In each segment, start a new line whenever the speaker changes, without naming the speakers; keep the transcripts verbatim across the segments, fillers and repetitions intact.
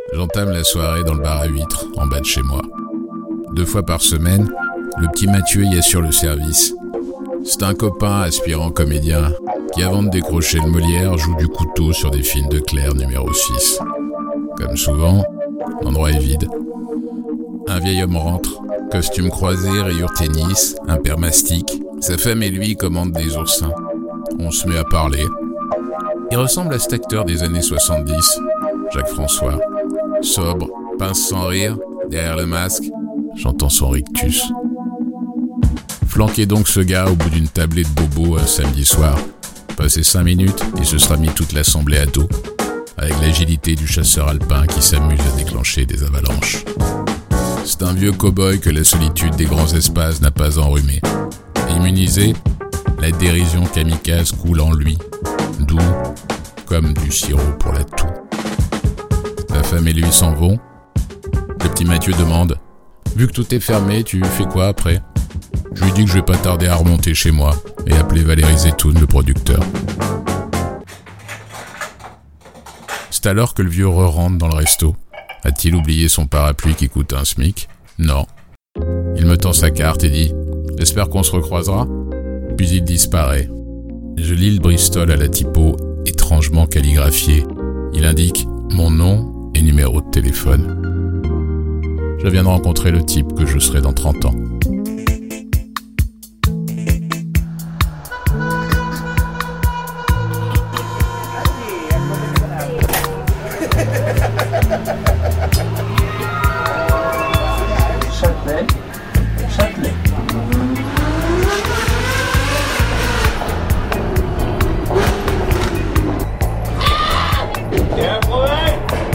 J'entame la soirée dans le bar à huîtres, en bas de chez moi. Deux fois par semaine, le petit Mathieu y assure le service. C'est un copain aspirant comédien qui, avant de décrocher le Molière, joue du couteau sur des films de Claire numéro six. Comme souvent, l'endroit est vide. Un vieil homme rentre, costume croisé, rayures tennis, un père mastic. Sa femme et lui commandent des oursins. On se met à parler. Il ressemble à cet acteur des années soixante-dix, Jacques François. Sobre, pince sans rire, derrière le masque, j'entends son rictus. Flanquez donc ce gars au bout d'une tablée de bobos un samedi soir. Passé cinq minutes, il se sera mis toute l'assemblée à dos, avec l'agilité du chasseur alpin qui s'amuse à déclencher des avalanches. C'est un vieux cow-boy que la solitude des grands espaces n'a pas enrhumé. Immunisé, la dérision kamikaze coule en lui, doux comme du sirop pour la toux. Sa femme et lui s'en vont. Le petit Mathieu demande « Vu que tout est fermé, tu fais quoi après ?» Je lui dis que je vais pas tarder à remonter chez moi et appeler Valérie Zetoun, le producteur. C'est alors que le vieux re-rentre dans le resto. A-t-il oublié son parapluie qui coûte un SMIC ? Non. Il me tend sa carte et dit « J'espère qu'on se recroisera ?» Puis il disparaît. Je lis le Bristol à la typo étrangement calligraphié. Il indique mon nom et numéro de téléphone. Je viens de rencontrer le type que je serai dans trente ans.
Châtelet, Châtelet. Il y a un problème ?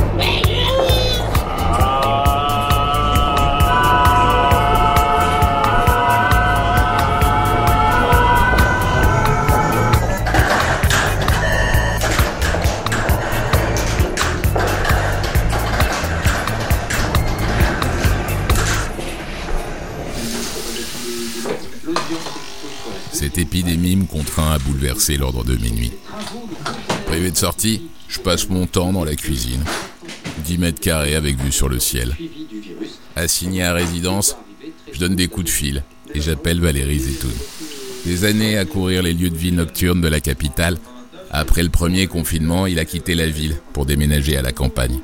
Cette épidémie me contraint à bouleverser l'ordre de mes nuits. Privé de sortie, je passe mon temps dans la cuisine. dix mètres carrés avec vue sur le ciel. Assigné à résidence, je donne des coups de fil et j'appelle Valérie Zetoun. Des années à courir les lieux de vie nocturnes de la capitale, après le premier confinement, il a quitté la ville pour déménager à la campagne.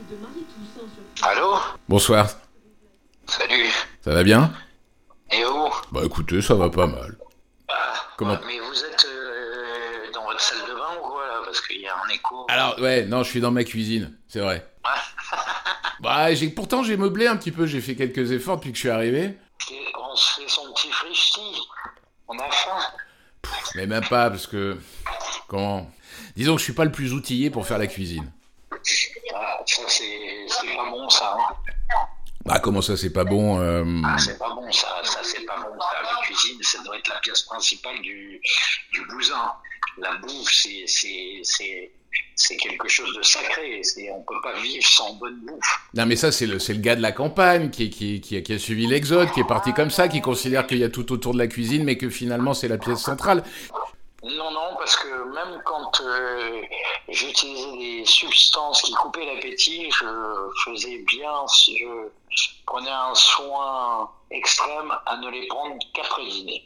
Allô ?
Bonsoir,
Salut.
ça va bien ?
Et où ?
Bah écoutez, ça va pas mal.
Ah,
Comment-
mais vous êtes euh, dans votre salle de bain ou quoi là ? Parce qu'il y a un écho.
Alors ouais, non, je suis dans ma cuisine, c'est vrai. Bah j'ai, pourtant j'ai meublé un petit peu, j'ai fait quelques efforts depuis que je suis arrivé.
Et on se fait son petit frichti. On a faim.
Mais même pas, parce que... Comment ? Disons que je suis pas le plus outillé pour faire la cuisine.
Ah, ça c'est, c'est pas bon ça. Hein.
Bah comment ça, c'est pas bon euh...
Ah, c'est pas bon ça. Ça c'est pas bon ça. La cuisine, ça doit être la pièce principale du, du bousin. La bouffe, c'est, c'est, c'est, c'est quelque chose de sacré. C'est, on peut pas vivre sans bonne bouffe.
Non mais ça, c'est le, c'est le gars de la campagne qui, qui, qui, a, qui a suivi l'exode, qui est parti comme ça, qui considère qu'il y a tout autour de la cuisine, mais que finalement c'est la pièce centrale.
Non, non, parce que même quand euh, j'utilisais des substances qui coupaient l'appétit, je faisais bien, je prenais un soin extrême à ne les prendre qu'après dîner.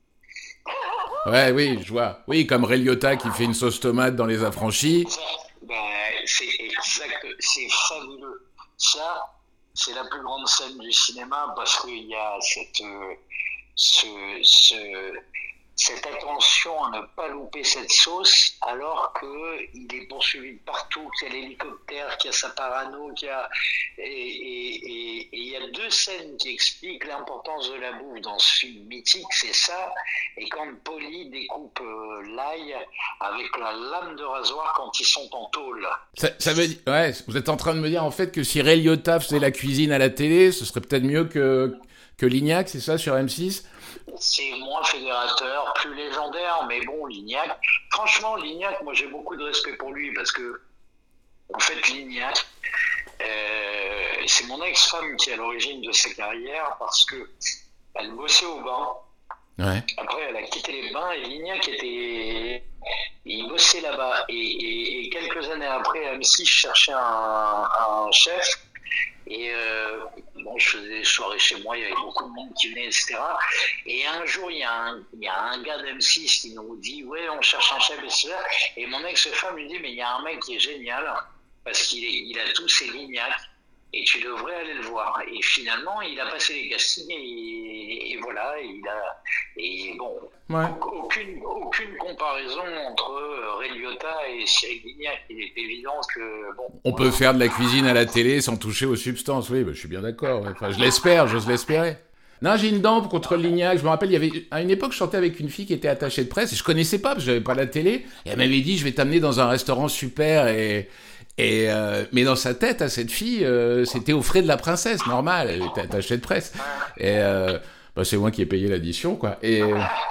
Ouais, oui, je vois. Oui, comme Ray Liotta qui fait une sauce tomate dans Les Affranchis.
Ça, ben, c'est exact, c'est fabuleux. Ça, c'est la plus grande scène du cinéma parce qu'il y a cette, euh, ce, ce, cette attention à ne pas louper cette sauce alors qu'il est poursuivi de partout, qu'il y a l'hélicoptère, qu'il y a sa parano, qu'il y a... Et, et, et, et il y a deux scènes qui expliquent l'importance de la bouffe dans ce film mythique, c'est ça, et quand Paulie découpe euh, l'ail avec la lame de rasoir quand ils sont en tôle.
Ça, ça veut dire... Ouais, vous êtes en train de me dire en fait que si Ray Liotta faisait la cuisine à la télé, ce serait peut-être mieux que, que Lignac, c'est ça, sur M six ?
C'est moins fédérateur, plus légendaire, mais bon, Lignac, franchement, Lignac, moi j'ai beaucoup de respect pour lui parce que, en fait, Lignac, euh, c'est mon ex-femme qui est à l'origine de sa carrière parce que elle bossait au bain.
Ouais.
Après, elle a quitté les bains et Lignac était, il bossait là-bas. Et, et, et quelques années après, à M six, je cherchais un, un chef. Et euh, bon, je faisais des soirées chez moi, il y avait beaucoup de monde qui venait, et cetera. Et un jour, il y a un, il y a un gars d'M six qui nous dit « Ouais, on cherche un chef, et cetera » Et mon ex-femme lui dit « Mais il y a un mec qui est génial, parce qu'il est, il a tous ses lignacs, et tu devrais aller le voir. » Et finalement, il a passé les castings, et, et voilà, et il a... Et bon,
ouais.
aucune, aucune comparaison entre Ray Liotta et Cyril Lignac. Il est évident que... Bon,
On
voilà.
peut faire de la cuisine à la télé sans toucher aux substances, oui, bah, je suis bien d'accord. Ouais. Enfin, je l'espère, j'ose l'espérer. Non, j'ai une dent contre le Lignac. Je me rappelle, il y avait à une époque, je sortais avec une fille qui était attachée de presse, et je connaissais pas, parce que j'avais pas la télé, et elle m'avait dit, je vais t'amener dans un restaurant super, et... Et euh, mais dans sa tête, à cette fille, euh, c'était aux frais de la princesse, normal, elle était attachée de presse. Et euh, bah, c'est moi qui ai payé l'addition, quoi. Et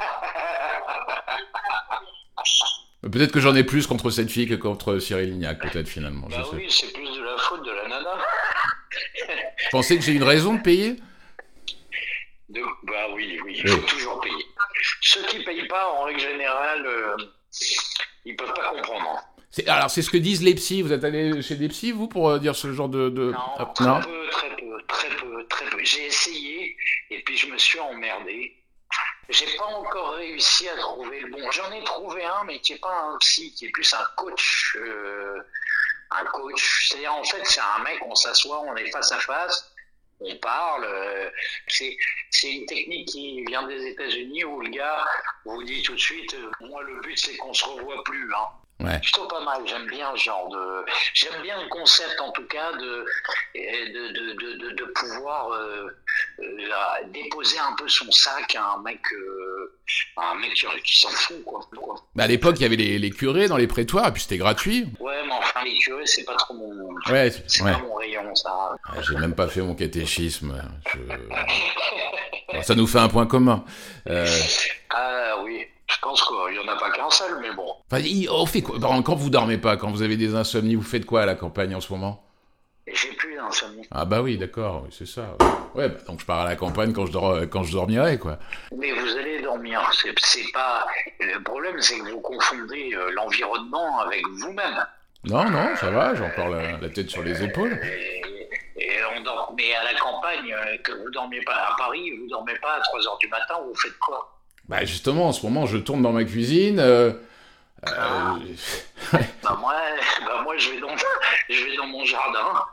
peut-être que j'en ai plus contre cette fille que contre Cyril Lignac, peut-être finalement.
Bah
je
oui,
sais.
c'est plus de la faute de la nana.
Vous pensez que j'ai une raison de payer ?
de... Bah oui, oui, il faut
Oui.
toujours payer. Ceux qui payent pas, en règle générale, euh, ils peuvent pas comprendre.
C'est, alors, c'est ce que disent les psys. Vous êtes allé chez des psys, vous, pour euh, dire ce genre de... de...
Non,
Ah,
très
non
peu, très peu, très peu, très peu. J'ai essayé et puis je me suis emmerdé. J'ai pas encore réussi à trouver le bon. J'en ai trouvé un, mais qui est pas un psy, qui est plus un coach. Euh, un coach. C'est-à-dire, en fait, c'est un mec, on s'assoit, on est face à face, on parle. Euh, c'est, c'est une technique qui vient des États-Unis où le gars vous dit tout de suite, euh, moi, le but, c'est qu'on se revoie plus, hein.
Ouais.
Plutôt pas mal, j'aime bien ce genre de... J'aime bien le concept, en tout cas, de, de, de, de, de, de pouvoir euh, euh, déposer un peu son sac à un mec, euh, à un mec qui, qui s'en fout, quoi. quoi.
Bah, à l'époque, il y avait les, les curés dans les prétoires, et puis c'était gratuit.
Ouais, mais enfin, les curés, c'est pas trop mon...
Ouais,
c'est
ouais.
pas mon rayon, ça.
Ah, j'ai même pas fait mon catéchisme. Je... Alors, ça nous fait un point commun. Euh...
Ah oui, je pense qu'il y en a pas qu'un seul, mais bon.
Enfin, on fait quoi ? Quand vous dormez pas, quand vous avez des insomnies, vous faites quoi à la campagne en ce moment ?
J'ai plus d'insomnie.
Ah bah oui, d'accord, oui, c'est ça. Ouais, bah, donc je pars à la campagne quand je, dors, quand je dormirai, quoi.
Mais vous allez dormir. C'est, c'est pas... Le problème, c'est que vous confondez euh, l'environnement avec vous-même.
Non, non, ça va, j'ai encore la, la tête sur les épaules.
Et, et on dort, mais à la campagne, euh, que vous dormiez pas à Paris, vous dormez pas à trois heures du matin, vous faites quoi?
Bah justement, en ce moment, je tourne dans ma cuisine. Euh,
ah.
euh,
bah moi, bah moi, je vais dans, je vais dans mon jardin,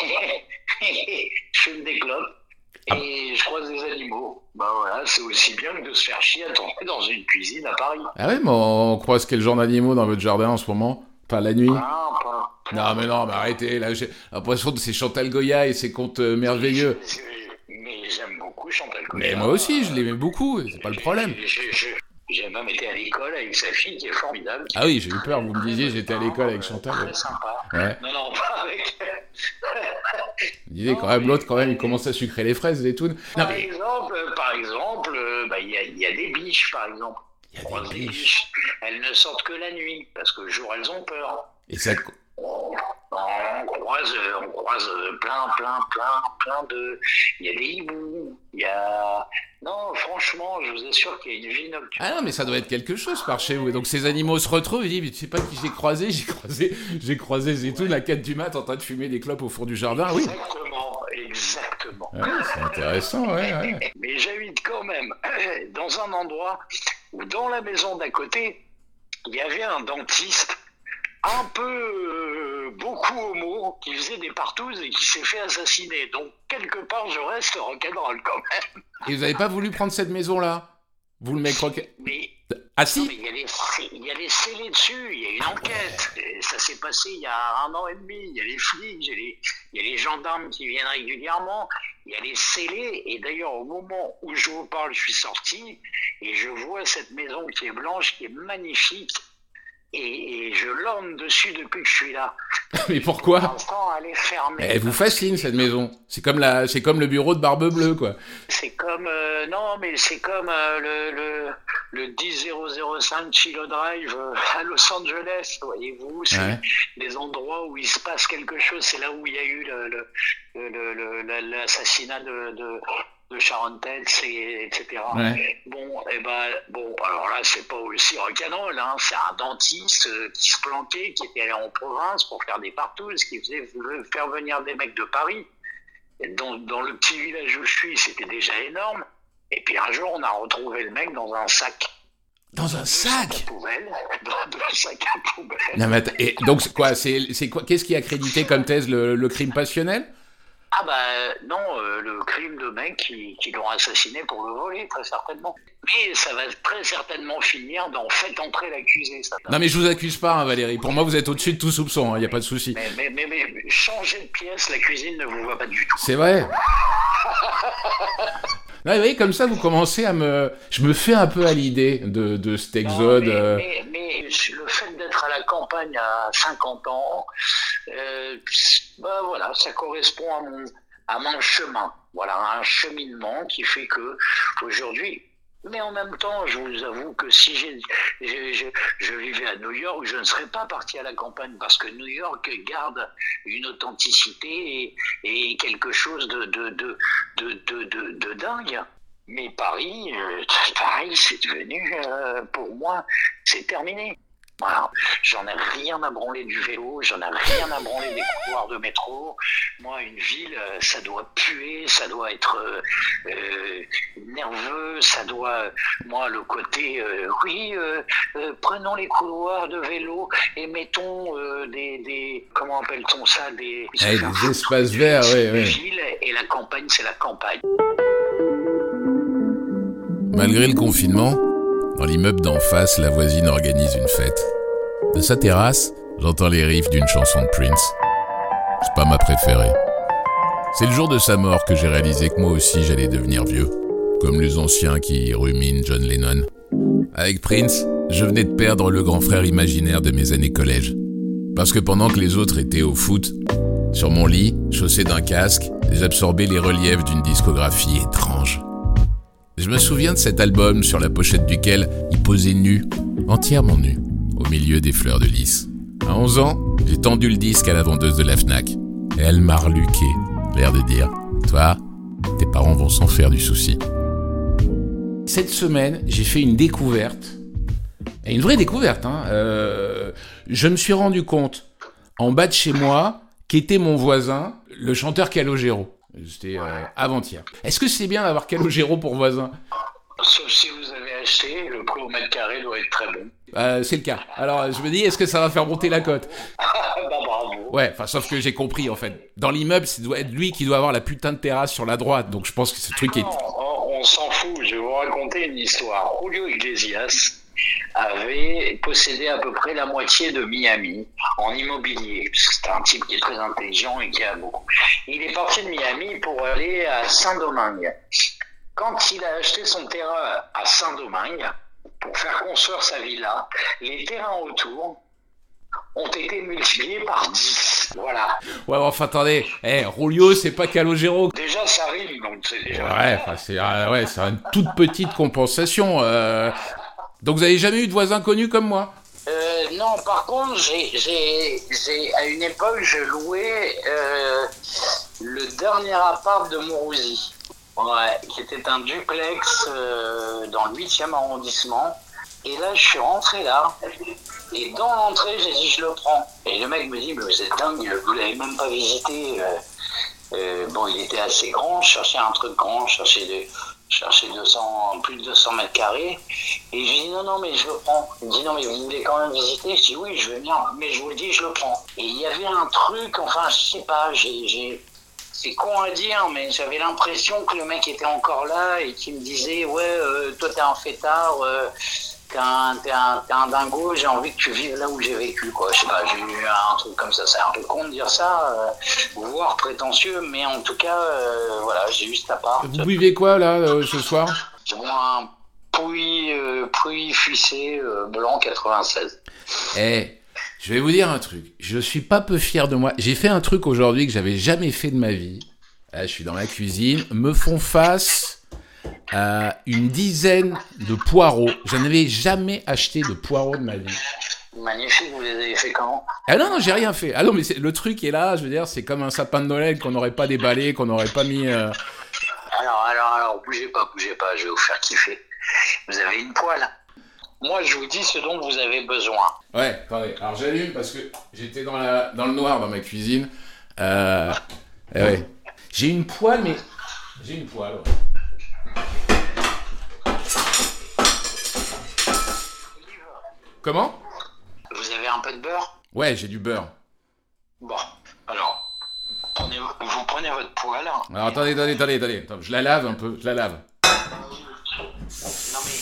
je fume des clopes et je croise des animaux. Bah voilà, c'est aussi bien que de se faire chier à tourner dans une cuisine à Paris.
Ah ouais, mais on croise quel genre d'animaux dans votre jardin en ce moment? Pas la nuit?
Ah, pas, pas,
non, mais non, mais arrêtez, là, j'ai l'impression que c'est Chantal Goya et ses contes euh, merveilleux.
Mais j'aime beaucoup Chantal Goya.
Mais moi aussi, je l'aimais beaucoup, c'est pas le problème.
Je, je, je, j'ai même été à l'école avec sa fille qui est formidable.
Ah oui, j'ai eu peur, vous me disiez, j'étais à l'école avec Chantal.
Très sympa.
Ouais.
Non, non, pas avec...
Vous disiez, quand même, l'autre, quand même, il commence à sucrer les fraises, les tout.
Par exemple, par exemple, il bah, y, a, y a des biches, par exemple.
Il y a des biches.
Elles ne sortent que la nuit, parce que le jour, elles ont peur.
Et ça...
On, on croise, on croise plein, plein, plein, plein de... Il y a des hiboux, il y a... Non, franchement, je vous assure qu'il y a une vie nocturne.
Ah non, mais ça doit être quelque chose par chez vous. Et donc ces animaux se retrouvent, ils disent, mais tu sais pas qui j'ai croisé? J'ai croisé, j'ai croisé Zetoun à quatre du mat en train de fumer des clopes au fond du jardin, oui.
Exactement, exactement.
Ouais, c'est intéressant, ouais, ouais.
Mais j'habite quand même dans un endroit où dans la maison d'à côté, il y avait un dentiste un peu euh, beaucoup homo, qui faisait des partouzes et qui s'est fait assassiner. Donc, quelque part, je reste rock'n'roll quand même.
Et vous avez pas voulu prendre cette maison-là? Vous le mec rock...
Mais...
Ah si?
Non, mais il y a les, il y a les scellés dessus, il y a une enquête. Et ça s'est passé il y a un an et demi. Il y a les flics, il y a les, il y a les gendarmes qui viennent régulièrement. Il y a les scellés. Et d'ailleurs, au moment où je vous parle, je suis sorti et je vois cette maison qui est blanche, qui est magnifique. Et, et je lorne dessus depuis que je suis là.
Mais pourquoi?
Pour l'instant, elle est fermée.
Elle vous fascine cette maison. C'est comme la, c'est comme le bureau de Barbe Bleue, quoi.
C'est comme euh, non, mais c'est comme euh, le le le dix zéro zéro cinq Chilo Drive euh, à Los Angeles, voyez-vous. C'est
ouais.
des endroits où il se passe quelque chose. C'est là où il y a eu le, le, le, le, le l'assassinat de, de de Charentais, et cetera.
Ouais.
Bon, et ben, bon, alors là, c'est pas aussi rock'n'roll, hein. C'est un dentiste euh, qui se planquait, qui était allé en province pour faire des partous, qui faisait faire venir des mecs de Paris. Et dans, dans le petit village où je suis, c'était déjà énorme. Et puis un jour, on a retrouvé le mec dans un sac.
Dans un sac
à poubelle, dans un sac à poubelle.
Non, mais attends, et donc, c'est quoi, c'est, c'est quoi, qu'est-ce qui est accrédité comme thèse, le, le crime passionnel?
Ah bah non, euh, le crime de mecs qui, qui l'ont assassiné pour le voler, très certainement. Mais ça va très certainement finir dans faites entrer l'accusé. Ça.
Non mais je vous accuse pas, hein, Valérie. Pour moi, vous êtes au-dessus de tout soupçon, il hein, y a pas de souci.
Mais, mais, mais, mais changer de pièce, la cuisine ne vous va pas du tout.
C'est vrai. Non, vous voyez, comme ça, vous commencez à me... Je me fais un peu à l'idée de, de cet exode.
Non, mais,
euh...
mais, mais le fait d'être à la campagne à cinquante ans, euh, bah voilà, ça correspond à mon, à mon chemin. Voilà, un cheminement qui fait que aujourd'hui... Mais en même temps, je vous avoue que si j'ai, je, je, je vivais à New York, je ne serais pas parti à la campagne parce que New York garde une authenticité et, et quelque chose de, de, de, de, de, de, de dingue. Mais Paris, euh, Paris, c'est devenu, euh, pour moi, c'est terminé. Voilà. J'en ai rien à branler du vélo, j'en ai rien à branler des couloirs de métro. Moi, une ville, ça doit puer, ça doit être euh, euh, nerveux, ça doit... Moi, le côté, euh, oui, euh, euh, prenons les couloirs de vélo et mettons euh, des, des... Comment appelle-t-on ça? Des,
hey, des espaces verts, oui, oui.
Ville et la campagne, c'est la campagne.
Malgré le confinement, dans l'immeuble d'en face, la voisine organise une fête. De sa terrasse, j'entends les riffs d'une chanson de Prince. C'est pas ma préférée. C'est le jour de sa mort que j'ai réalisé que moi aussi j'allais devenir vieux, comme les anciens qui ruminent John Lennon. Avec Prince, je venais de perdre le grand frère imaginaire de mes années collège. Parce que pendant que les autres étaient au foot, sur mon lit, chaussé d'un casque, j'absorbais les reliefs d'une discographie étrange. Je me souviens de cet album sur la pochette duquel il posait nu, entièrement nu, au milieu des fleurs de lys. À onze ans, j'ai tendu le disque à la vendeuse de la Fnac. Et elle m'a reluqué, l'air de dire « Toi, tes parents vont s'en faire du souci. »
Cette semaine, j'ai fait une découverte. Et une vraie découverte, hein. Euh, je me suis rendu compte, en bas de chez moi, qu'était mon voisin, le chanteur Calogero. C'était euh, avant-hier. Est-ce que c'est bien d'avoir Calogero pour voisin?
Sauf si vous avez acheté, le prix au mètre carré doit être très bon.
Euh, c'est le cas. Alors, je me dis, est-ce que ça va faire monter la cote?
Bah bravo.
Ouais, enfin, sauf que j'ai compris, en fait. Dans l'immeuble, c'est doit être lui qui doit avoir la putain de terrasse sur la droite. Donc, je pense que ce truc est...
Non, on, on s'en fout. Je vais vous raconter une histoire. Julio Iglesias avait possédé à peu près la moitié de Miami en immobilier. C'est un type qui est très intelligent et qui a beaucoup. Il est parti de Miami pour aller à Saint-Domingue. Quand il a acheté son terrain à Saint-Domingue, pour faire construire sa villa, les terrains autour ont été multipliés par dix. Voilà.
Ouais, enfin, attendez. Eh, hey, Julio, c'est pas Calogero.
Déjà, ça rime, donc c'est déjà...
Ouais, enfin, c'est, euh, ouais, c'est une toute petite compensation. Euh... Donc, vous avez jamais eu de voisin connu comme moi?
Euh, non, par contre, j'ai, j'ai, j'ai, à une époque, je louais euh, le dernier appart de Mourouzi. Ouais, qui était un duplex euh, dans le huitième arrondissement. Et là, je suis rentré là. Et dans l'entrée, j'ai dit, je le prends. Et le mec me dit, mais vous êtes dingue, vous l'avez même pas visité. Euh, euh, bon, il était assez grand, je cherchais un truc grand, je cherchais, de, je cherchais deux cents, plus de deux cents mètres carrés. Et je lui dis, non, non, mais je le prends. Il me dit, non, mais vous voulez quand même visiter? Je dis, oui, je veux bien, mais je vous le dis, je le prends. Et il y avait un truc, enfin, je sais pas, j'ai... j'ai c'est con à dire, mais j'avais l'impression que le mec était encore là et qu'il me disait, ouais, euh, toi t'es un fêtard, euh, t'es, un, t'es, un, t'es un dingo, j'ai envie que tu vives là où j'ai vécu, quoi. Je sais pas, j'ai eu un truc comme ça, c'est un peu con de dire ça, euh, voire prétentieux, mais en tout cas, euh, voilà, j'ai eu cet appart.
Vous buvez quoi, là, euh, ce soir?
Je bois un Pouilly, euh, Pouilly Fuissé euh, blanc quatre-vingt-seize.
Eh hey. Je vais vous dire un truc, je suis pas peu fier de moi. J'ai fait un truc aujourd'hui que j'avais jamais fait de ma vie. Là, je suis dans la cuisine, me font face à une dizaine de poireaux. Je n'avais jamais acheté de poireaux de ma vie.
Magnifique, vous les avez fait comment?
Ah non, non, j'ai rien fait. Ah non, mais c'est, le truc est là, je veux dire, c'est comme un sapin de Noël qu'on n'aurait pas déballé, qu'on n'aurait pas mis... Euh...
Alors, alors, alors, alors bougez pas, bougez pas, je vais vous faire kiffer. Vous avez une poêle. Moi, je vous dis ce dont vous avez besoin.
Ouais, attendez. Alors j'allume parce que j'étais dans, la... dans le noir dans ma cuisine. Euh... Eh ouais. J'ai une poêle, mais... J'ai une poêle, ouais. Comment ?
Vous avez un peu de beurre ?
Ouais, j'ai du beurre.
Bon, alors, prenez, vous prenez votre poêle.
Alors attendez, attendez, attendez, attendez. Attends, je la lave un peu, je la lave.
Non mais...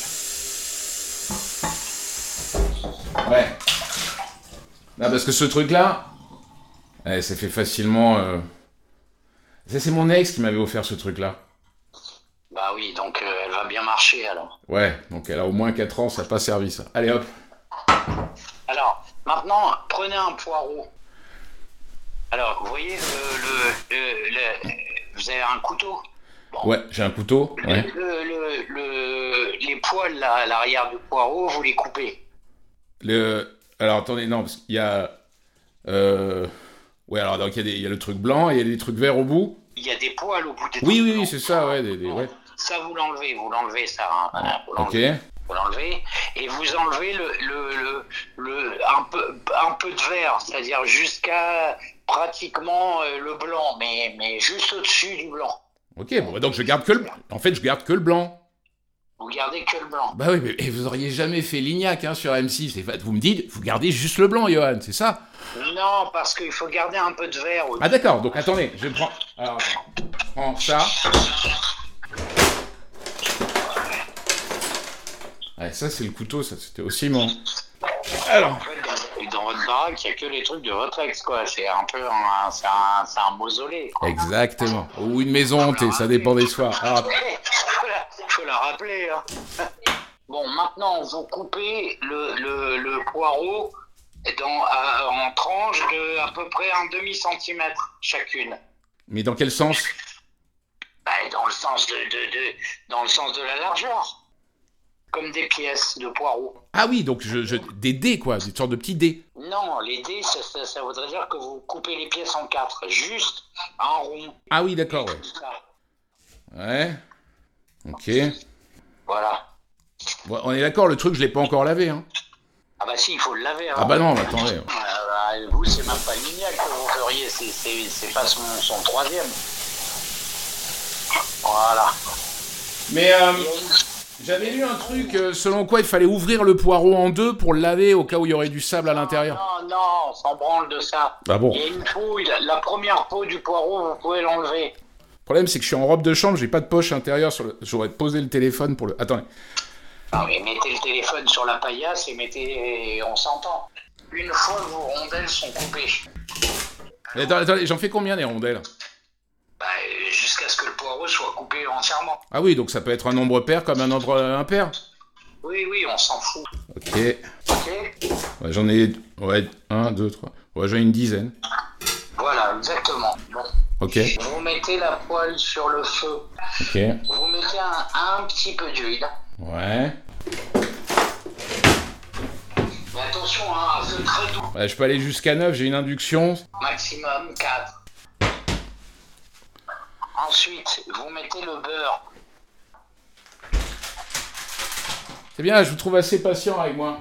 Ouais. Non, parce que ce truc-là, ouais, ça fait facilement... Euh... Ça, c'est mon ex qui m'avait offert ce truc-là.
Bah oui, donc euh, elle va bien marcher alors.
Ouais, donc elle a au moins quatre ans, ça n'a pas servi ça. Allez hop.
Alors, maintenant, prenez un poireau. Alors, vous voyez, le, le, le, le- vous avez un couteau. Bon.
Ouais, j'ai un couteau. Ouais.
Le, le, le- les poils là, à l'arrière du poireau, vous les coupez.
Le... Alors attendez, non, parce qu'il y a... Euh... Ouais, alors donc il y, a des... il y a le truc blanc et il y a des trucs verts au bout.
Il y a des poils au bout des
Oui,
trucs
oui,
blancs.
oui, c'est ça, ouais. Des, des... ouais.
Ça, vous l'enlevez, vous l'enlevez, ça. Hein, voilà, vous
Ok.
l'enlevez. Vous l'enlevez et vous enlevez le, le, le, le, un, peu, un peu de vert, c'est-à-dire jusqu'à pratiquement euh, le blanc, mais, mais juste au-dessus du blanc.
Ok, bon, bah, donc je garde que le... En fait, je garde que le blanc.
Vous gardez que le blanc.
Bah oui, mais et vous auriez jamais fait Lignac hein, sur M six. Et vous me dites, vous gardez juste le blanc, Johan, c'est ça?
Non, parce qu'il faut garder un peu de vert. Au-
Ah d'accord, donc attendez, je prends... Alors, attends. Je prends ça. Ouais, ça c'est le couteau, ça c'était aussi mon... Alors...
En fait, dans, dans votre baraque, il n'y a que les trucs de votre ex, quoi. C'est un peu un, c'est un, c'est un mausolée, quoi.
Exactement. Ou une maison hantée, ça dépend des soirs. Alors,
faut, la, faut la rappeler, hein. Bon, maintenant, vous coupez le, le, le poireau dans, à- en tranches de à peu près un demi-centimètre chacune.
mais dans quel sens?
Bah, dans le sens de, de, de, dans le sens de la largeur. Comme des pièces de poireaux.
Ah oui, donc je, je... des dés quoi, des sortes de petits dés.
Non, les dés, ça, ça, ça voudrait dire que vous coupez les pièces en quatre. Juste un rond.
Ah oui, d'accord, ouais.
Ça.
Ouais. Ok.
Voilà.
Bon, on est d'accord, le truc je l'ai pas encore lavé, hein.
Ah bah si, il faut le laver. Hein.
Ah bah non, mais attendez.
Ah bah, vous, c'est même pas Lignac que vous feriez, c'est, c'est, c'est pas son, son troisième. Voilà.
Mais euh, j'avais lu un truc euh, selon quoi il fallait ouvrir le poireau en deux pour le laver au cas où il y aurait du sable à l'intérieur.
Non, non, on s'en branle de ça.
Ah bon.
Il y a une peau, il a- la première peau du poireau, vous pouvez l'enlever.
Le problème c'est que je suis en robe de chambre, j'ai pas de poche intérieure sur le... J'aurais posé le téléphone pour le... Attendez.
Non, mais mettez le téléphone sur la paillasse et mettez, et on s'entend. Une fois que vos rondelles sont coupées,
Attendez, attendez, j'en fais combien des rondelles?
bah, euh, jusqu'à ce que le poireau soit coupé entièrement.
Ah oui, donc ça peut être un nombre pair comme un nombre impair.
Oui, oui, on s'en fout.
Ok.
Ok.
Ouais, j'en ai... Ouais, un, deux, trois... Ouais, j'en ai une dizaine.
Voilà, exactement. Bon.
Ok.
Vous mettez la poêle sur le feu.
Ok.
Vous mettez un, un petit peu d'huile.
Ouais.
Mais attention, hein, à feu très doux.
Ouais, je peux aller jusqu'à neuf, j'ai une induction.
Maximum quatre. Ensuite, vous mettez le beurre.
C'est bien, je vous trouve assez patient avec moi.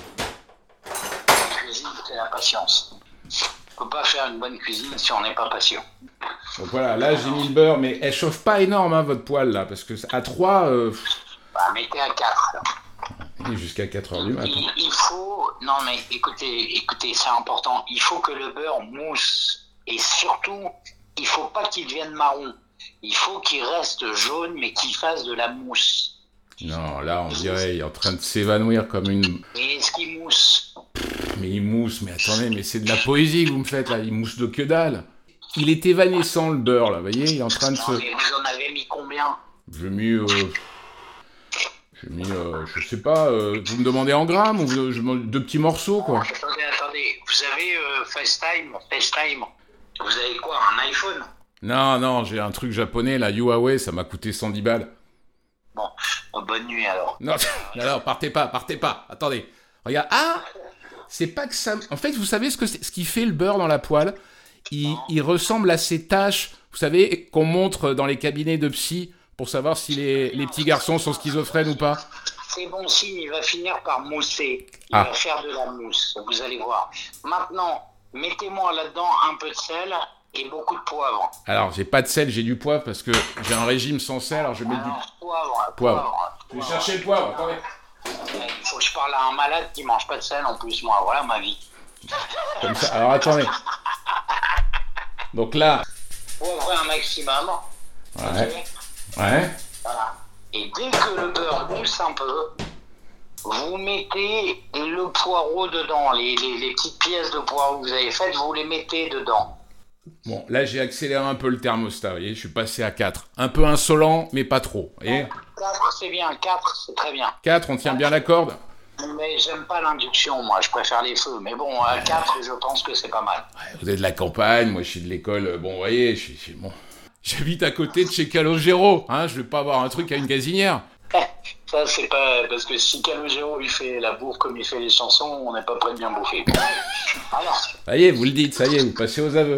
La cuisine, c'est la patience. On peut pas faire une bonne cuisine si on n'est pas patient.
Donc voilà, là j'ai mis le beurre, mais elle chauffe pas énorme hein, votre poêle là, parce que à trois, euh,
Bah, mettez à quatre. là.
il est jusqu'à quatre heures du matin.
Il, il faut... Non, mais écoutez, écoutez, c'est important. Il faut que le beurre mousse. Et surtout, il faut pas qu'il devienne marron. Il faut qu'il reste jaune, mais qu'il fasse de la mousse.
Non, là on dirait il est en train de s'évanouir comme une...
Et est-ce qu'il mousse?
Mais il mousse, mais attendez, mais c'est de la poésie que vous me faites là, il mousse de que dalle. Il est évanescent le beurre là, vous voyez, il est en train de se...
Non, mais vous en avez mis combien?
J'ai mis... Euh... J'ai mis, euh, je sais pas, euh, vous me demandez en grammes ou vous- je demande deux petits morceaux quoi.
Attendez, attendez. Vous avez euh, FaceTime? FaceTime. Vous avez quoi? Un iPhone?
Non, non, j'ai un truc japonais là, Huawei, ça m'a coûté cent dix balles.
Bon, oh, bonne nuit alors.
Non, alors partez pas, partez pas. Attendez. Regarde. Ah, c'est pas que ça. En fait, vous savez ce que c'est, ce qui fait le beurre dans la poêle. Il, il ressemble à ces taches, vous savez, qu'on montre dans les cabinets de psy pour savoir si les, les petits garçons sont schizophrènes ou pas.
C'est bon signe, il va finir par mousser. Il
Ah.
va faire de la mousse, vous allez voir. Maintenant, mettez-moi là-dedans un peu de sel et beaucoup de poivre.
Alors, j'ai pas de sel, j'ai du poivre parce que j'ai un régime sans sel, alors je vais mettre du
Alors, poivre,
poivre.
poivre.
Je vais chercher le poivre, attendez.
Il faut que je parle à un malade qui mange pas de sel en plus, moi. Voilà ma vie.
Comme ça. Alors, attendez. Donc là,
Poivrez un maximum.
ouais,
Ok.
ouais.
Voilà. Et dès que le beurre mousse un peu, vous mettez le poireau dedans. Les, les, les petites pièces de poireau que vous avez faites, vous les mettez dedans.
Bon, là, j'ai accéléré un peu le thermostat, vous voyez, je suis passé à quatre. Un peu insolent, mais pas trop, vous voyez.
quatre, c'est bien. quatre, c'est très bien.
quatre, on tient bien la corde.
Mais j'aime pas l'induction, moi. Je préfère les feux. Mais bon, à quatre, je pense que c'est pas mal.
Ouais, vous êtes de la campagne, moi je suis de l'école, euh, bon, vous voyez, je suis, je suis- bon... J'habite à côté de chez Calogero, hein, je vais pas avoir un truc à une gazinière.
Ça, c'est pas... Parce que si Calogero, il fait la bouffe comme il fait les chansons, on n'est pas prêt de bien bouffer. Alors,
Ça y est, vous le dites, ça y est, vous passez aux aveux.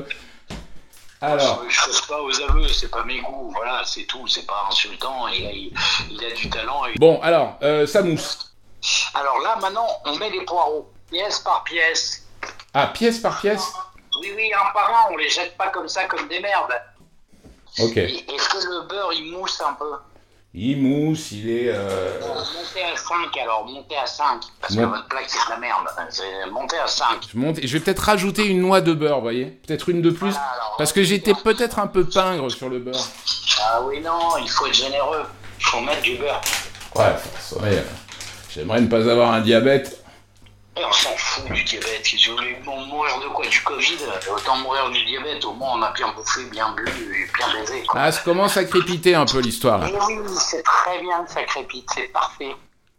Alors,
je fais pas aux aveux, c'est pas mes goûts. Voilà, c'est tout. C'est pas insultant. Il a, il, il a du talent. Et...
bon, alors, euh, ça mousse.
Alors là, maintenant, on met les poireaux, pièce par pièce.
Ah, pièce par pièce.
Oui, oui, un par un, on les jette pas comme ça, comme des merdes.
Ok.
Et- Est-ce que le beurre, il mousse un peu?
Il mousse, il est... Euh...
Bon, montez à cinq alors, montez à cinq. Parce que
Bon.
votre plaque, c'est de la merde. C'est- Montez à cinq.
Je monte, et je vais peut-être rajouter une noix de beurre, vous voyez. Peut-être une de plus.
Voilà, alors,
Parce que j'étais peut-être un peu pingre sur le beurre.
Ah oui, non, il faut être généreux. Il faut mettre du beurre.
Ouais, faut- ouais, euh, j'aimerais ne pas avoir un diabète.
Et on s'en fout du diabète. Si vous voulez mourir de quoi? Du Covid? Autant mourir du diabète. Au moins, on a bien bouffé, bien bu et bien baisé, quoi.
Ah, ça commence à crépiter un peu l'histoire, là.
Et oui, c'est très bien que ça crépite, c'est parfait.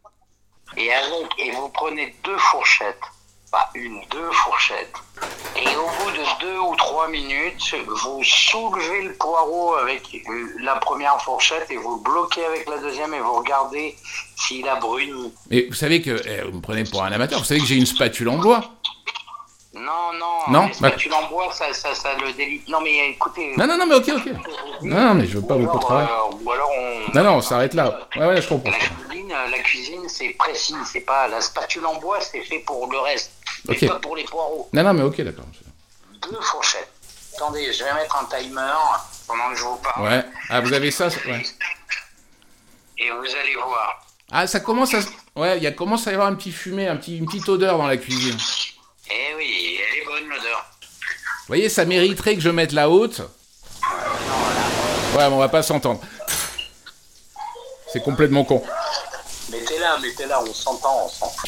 Et avec, et vous prenez deux fourchettes, pas une, deux fourchettes. Et au bout de deux ou trois minutes, vous soulevez le poireau avec la première fourchette et vous le bloquez avec la deuxième et vous regardez s'il a bruni.
Mais vous savez que... eh, vous me prenez pour un amateur, vous savez que j'ai une spatule en bois.
Non, non,
Non,
les spatules en bois, ça, ça, ça le délite. Non, mais écoutez...
Non, non, non, mais ok, ok. Non, non, mais je veux pas
ou
beaucoup
alors,
travailler.
euh, ou alors on...
Non, non, on s'arrête là. Ouais, ouais, je comprends.
La cuisine, la cuisine, c'est précis, c'est pas la spatule en bois, c'est fait pour le reste, mais
Ok.
pas pour les poireaux.
Non, non, mais ok, d'accord.
Deux fourchettes. Attendez, je vais mettre un timer pendant que je vous parle.
Ouais. Ah, vous avez ça, ça- ouais.
Et vous allez voir.
Ah, ça commence à... Ouais, il y a commence à y avoir un petit fumé, un petit, une petite odeur dans la cuisine. Vous
Eh oui, elle est bonne l'odeur.
voyez, ça mériterait que je mette la haute. Ouais, mais on va pas s'entendre. C'est complètement con.
Mettez-la, mettez-la, on s'entend, on s'entend.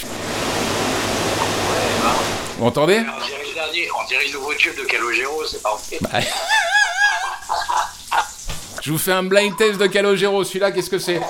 Vous entendez?
On dirait le dernier, on dirait le nouveau tube de Calogero, c'est parfait.
Je vous fais un blind test de Calogero. Celui-là, qu'est-ce que c'est?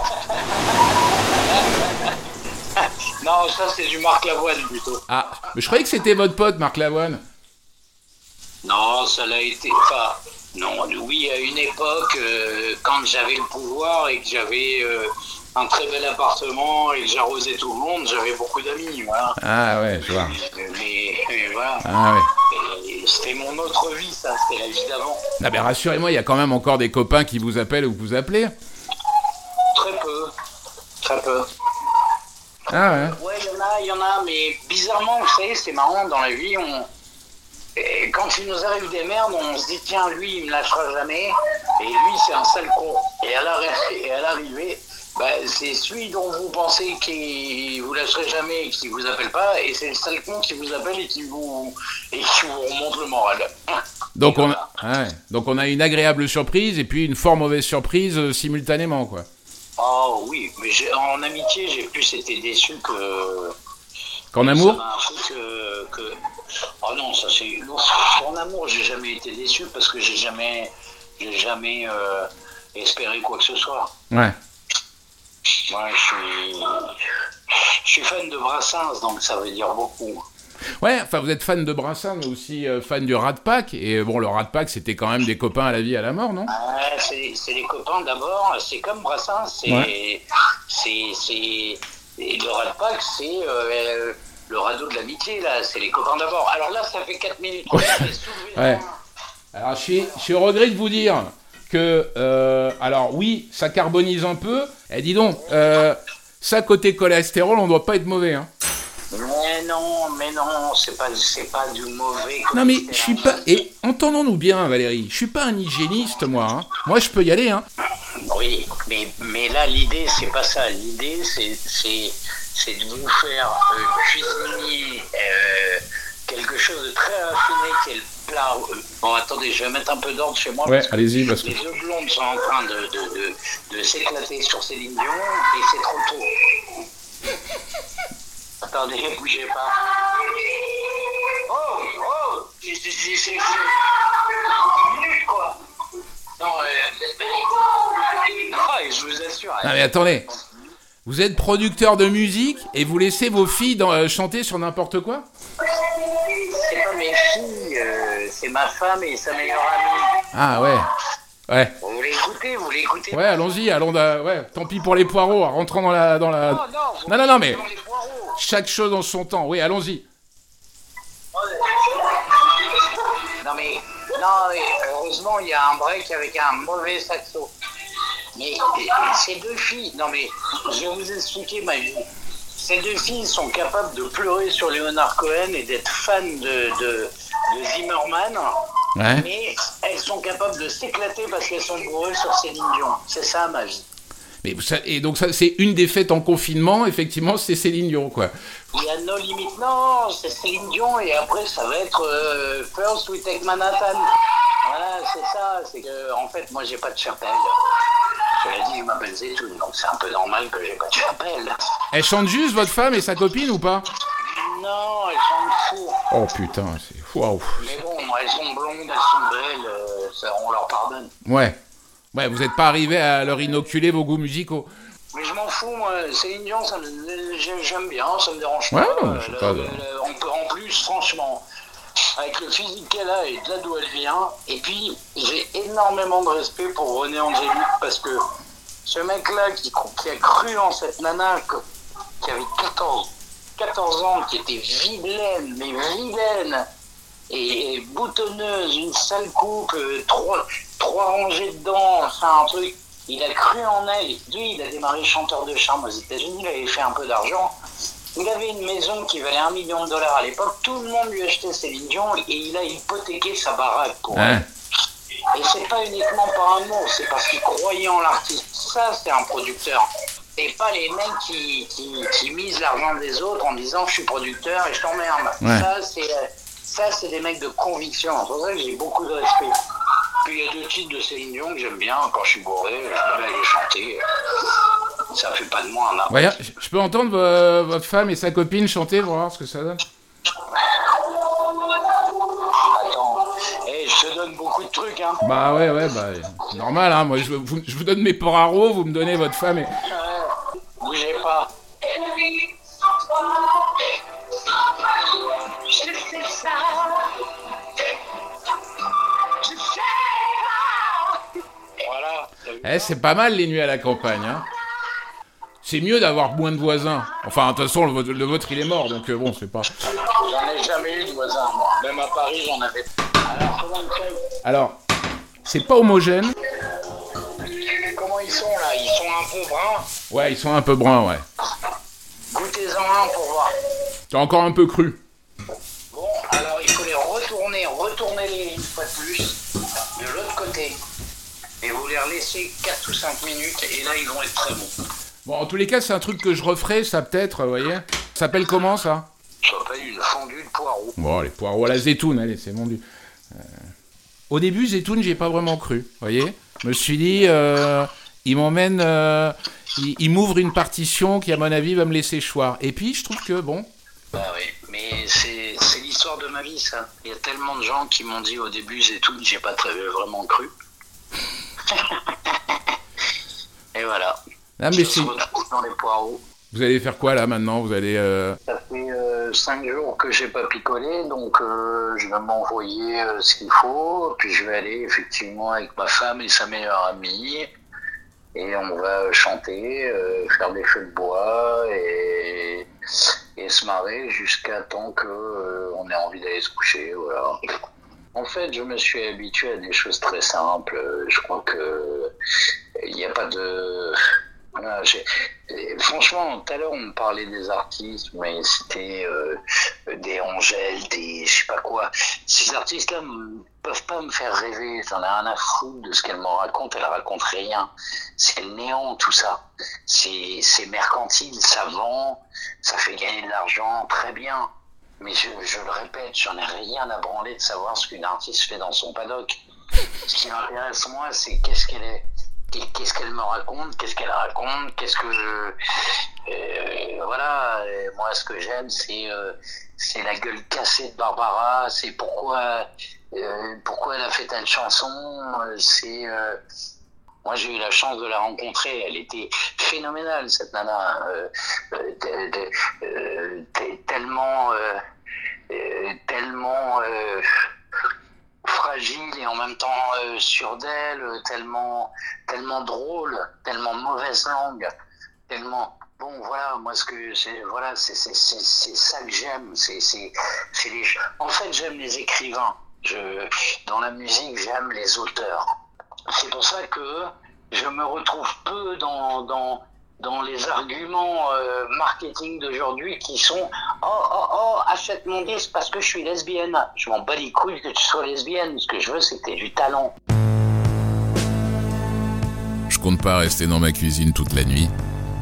Non, ça c'est du Marc Lavoine plutôt.
Ah, mais je croyais que c'était votre pote, Marc Lavoine.
Non, ça l'a été. Enfin, non, oui, à une époque, euh, quand j'avais le pouvoir et que j'avais euh, un très bel appartement et que j'arrosais tout le monde, j'avais beaucoup d'amis, voilà.
Ah ouais, je vois.
Mais, mais voilà.
Ah ouais.
Et c'était mon autre vie, ça, c'était la vie d'avant.
Ah ben rassurez-moi, il y a quand même encore des copains qui vous appellent ou que vous appelez.
Très peu. Très peu.
Ah ouais.
Ouais, il y en a, il y en a, mais bizarrement, vous savez, c'est marrant, dans la vie, on... Et quand il nous arrive des merdes, on se dit, tiens, lui, il me lâchera jamais, et lui, c'est un sale con. Et à l'arrivée, et à l'arrivée bah, c'est celui dont vous pensez qu'il vous lâcherait jamais et qui vous appelle pas, et c'est le sale con qui vous appelle et qui vous, et qui vous remonte le moral.
Donc on, a... ah ouais. Donc on a une agréable surprise et puis une fort mauvaise surprise euh, simultanément, quoi.
Oh oui, mais j'ai- en amitié, j'ai plus été déçu que...
Qu'en
Ça
amour?
m'a appris que, que... Oh non, ça c'est... Non, en amour, j'ai jamais été déçu parce que j'ai jamais... J'ai jamais euh, espéré quoi que ce soit.
Ouais.
Moi, je suis... Je suis fan de Brassens, donc ça veut dire beaucoup.
Ouais, enfin vous êtes fan de Brassens, mais aussi euh, fan du Rat Pack. Et bon, le Rat Pack, c'était quand même des copains à la vie, à la mort, non?
Ouais, c'est, c'est les copains d'abord, c'est comme Brassens, c'est...
Ouais.
C'est... c'est... Et le Rat Pack, c'est euh, le radeau de l'amitié, là, c'est les copains d'abord. Alors là, ça fait quatre minutes.
Ouais.
Regardez, soulevez
Ouais.
la main.
Alors je suis, je suis au regret de vous dire que, euh, alors oui, ça carbonise un peu. Eh, dis donc, euh, ça côté cholestérol, on doit pas être mauvais, hein.
Mais non, mais non, c'est pas, c'est pas du mauvais.
Non mais je suis pas... Et entendons-nous bien, Valérie, je suis pas un hygiéniste, moi. Hein. Moi, je peux y aller, hein.
Oui, mais, mais là, l'idée, c'est pas ça. L'idée, c'est, c'est, c'est de vous faire euh, cuisiner euh, quelque chose de très raffiné qui est le plat. Euh, bon, attendez, je vais mettre un peu d'ordre chez moi.
Ouais, allez-y. Parce que...
Les œufs blondes sont en train de, de, de, de s'éclater sur Céline Dion et c'est trop tôt. Attendez, bougez pas. Oh, oh, c'est, c'est, c'est, c'est, minute, quoi. Non, euh, oh, je vous assure.
Non mais attendez, vous êtes producteur de musique et vous laissez vos filles dans, euh, chanter sur n'importe quoi ?
C'est pas mes filles, euh, c'est ma femme et sa meilleure amie.
Ah ouais, ouais.
Vous voulez écouter, vous voulez écouter ?
Ouais, allons-y, allons, da... ouais. Tant pis pour les poireaux, rentrons dans la, dans la.
Non, non,
non, non, non, mais
les poireaux.
chaque chose en son temps. Oui, allons-y.
Non mais, non mais, heureusement il y a un break avec un mauvais saxo. Mais ces deux filles, non mais, je vais vous expliquer ma vie. Ces deux filles sont capables de pleurer sur Leonard Cohen et d'être fans de, de, de Zimmerman.
Ouais.
Mais elles sont capables de s'éclater parce qu'elles sont bourrées sur Céline Dion. C'est ça ma vie.
Mais ça, et donc ça, c'est une des fêtes en confinement, effectivement, c'est Céline Dion, quoi.
Il y a No Limit, non, c'est Céline Dion et après ça va être euh, First We Take Manhattan. Voilà, c'est ça, c'est que en fait moi j'ai pas de chapelle. Cela dit, je m'appelle Zetoun, donc c'est un peu normal que j'ai pas de chapelle.
Elle chante juste, votre femme et sa copine, ou pas ?
Non, elles sont fous.
Oh putain, c'est... Waouh.
Mais bon, elles sont blondes, elles sont belles, euh, ça, on leur pardonne.
Ouais. Ouais, vous n'êtes pas arrivé à leur inoculer vos goûts musicaux.
Mais je m'en fous, moi. Céline Dion, ça me, j'aime bien, ça me dérange
ouais,
pas.
Non, je sais pas de...
on peut, en plus, franchement, avec le physique qu'elle a et de là d'où elle vient, et puis j'ai énormément de respect pour René Angélil parce que ce mec-là qui, qui a cru en cette nana qui avait quatorze ans, qui était vilaine, mais vilaine, et, et boutonneuse, une sale coupe, euh, trois, trois rangées de dents, enfin un truc. Il a cru en elle. Lui, il a démarré chanteur de charme aux États-Unis, il avait fait un peu d'argent. Il avait une maison qui valait un million de dollars à l'époque. Tout le monde lui achetait Céline Dion et il a hypothéqué sa baraque pour
hein.
elle. Et c'est pas uniquement par amour, c'est parce qu'il croyait en l'artiste. Ça, c'est un producteur. Et pas les mecs qui, qui, qui misent l'argent des autres en disant je suis producteur et je t'emmerde.
Ouais.
Ça, c'est, ça, c'est des mecs de conviction. C'est pour ça que j'ai beaucoup de respect. Puis il y a deux titres de Céline Dion que j'aime bien. Quand je suis bourré, je vais aller chanter. Ça fait pas de moi un artiste.
Ouais, je peux entendre vo- votre femme et sa copine chanter pour voir ce que ça donne.
Attends, hey, je te donne beaucoup de trucs, hein.
Bah ouais, ouais, bah normal, hein. Moi, je vous, je vous donne mes poireaux, vous me donnez votre femme et...
Ouais, bougez pas. Je sais ça. Je sais ça. Voilà.
Eh, c'est pas mal les nuits à la campagne, hein. C'est mieux d'avoir moins de voisins. Enfin, de toute façon, le, vôtre- le vôtre, il est mort, donc euh, bon, c'est pas...
J'en ai jamais eu de voisins, moi. Même à Paris, j'en avais. Alors, comment ils sont
Alors, c'est pas homogène.
Comment ils sont, là? Ils sont un peu bruns.
Ouais, ils sont un peu bruns, ouais.
Goûtez-en un pour voir.
C'est encore un peu cru.
Bon, alors il faut les retourner, retourner les une fois de plus, de l'autre côté. Et vous les relaissez quatre ou cinq minutes, et là, ils vont être très bons.
Bon, en tous les cas, c'est un truc que je referai, ça peut-être, vous voyez. Ça s'appelle comment, ça?
Ça s'appelle une fondue de poireaux.
Bon, les poireaux à la zétoune, allez, c'est vendu. Euh... Au début, zétoune, j'y ai pas vraiment cru, vous voyez. Je me suis dit, euh, il m'emmène, euh, il, il m'ouvre une partition qui, à mon avis, va me laisser choir. Et puis, je trouve que, bon...
Bah oui, mais c'est, c'est l'histoire de ma vie, ça. Il y a tellement de gens qui m'ont dit au début, zétoune, j'ai pas très vraiment cru. Et voilà.
Ah, mais
je
c'est...
se retrouve dans les poireaux.
Vous allez faire quoi, là, maintenant? Vous allez... Euh...
Ça fait euh, cinq jours que j'ai pas picolé, donc euh, je vais m'envoyer euh, ce qu'il faut, puis je vais aller effectivement avec ma femme et sa meilleure amie, et on va chanter, euh, faire des feux de bois, et, et se marrer jusqu'à temps qu'on euh, ait envie d'aller se coucher, voilà. En fait, je me suis habitué à des choses très simples. Je crois que il n'y a pas de... Voilà, j'ai... Franchement, tout à l'heure, on me parlait des artistes, mais c'était euh, des Angèle, des je sais pas quoi. Ces artistes-là ne peuvent pas me faire rêver. J'en ai rien à foutre de ce qu'elles me racontent. Elles racontent rien. C'est le néant, tout ça. C'est, c'est mercantile, ça vend, ça fait gagner de l'argent, très bien. Mais je, je le répète, j'en ai rien à branler de savoir ce qu'une artiste fait dans son paddock. Ce qui m'intéresse, moi, c'est qu'est-ce qu'elle est, qu'est-ce qu'elle me raconte, qu'est-ce qu'elle raconte, qu'est-ce que je... Euh, voilà, et moi, ce que j'aime, c'est, euh, c'est la gueule cassée de Barbara, c'est pourquoi, euh, pourquoi elle a fait telle chanson, c'est... Euh, moi, j'ai eu la chance de la rencontrer. Elle était phénoménale, cette nana. Euh, euh, euh, tellement, euh, euh, tellement euh, fragile et en même temps euh, sûre d'elle, tellement, tellement drôle, tellement mauvaise langue, tellement. Bon, voilà, moi, ce que c'est, voilà, c'est, c'est, c'est, c'est ça que j'aime. C'est, c'est, c'est les. En fait, j'aime les écrivains. Je, dans la musique, j'aime les auteurs. C'est pour ça que je me retrouve peu dans, dans, dans les arguments euh, marketing d'aujourd'hui qui sont « Oh, oh, oh, achète mon disque parce que je suis lesbienne ». Je m'en bats les couilles que tu sois lesbienne. Ce que je veux, c'est que tu aies du talent.
Je compte pas rester dans ma cuisine toute la nuit.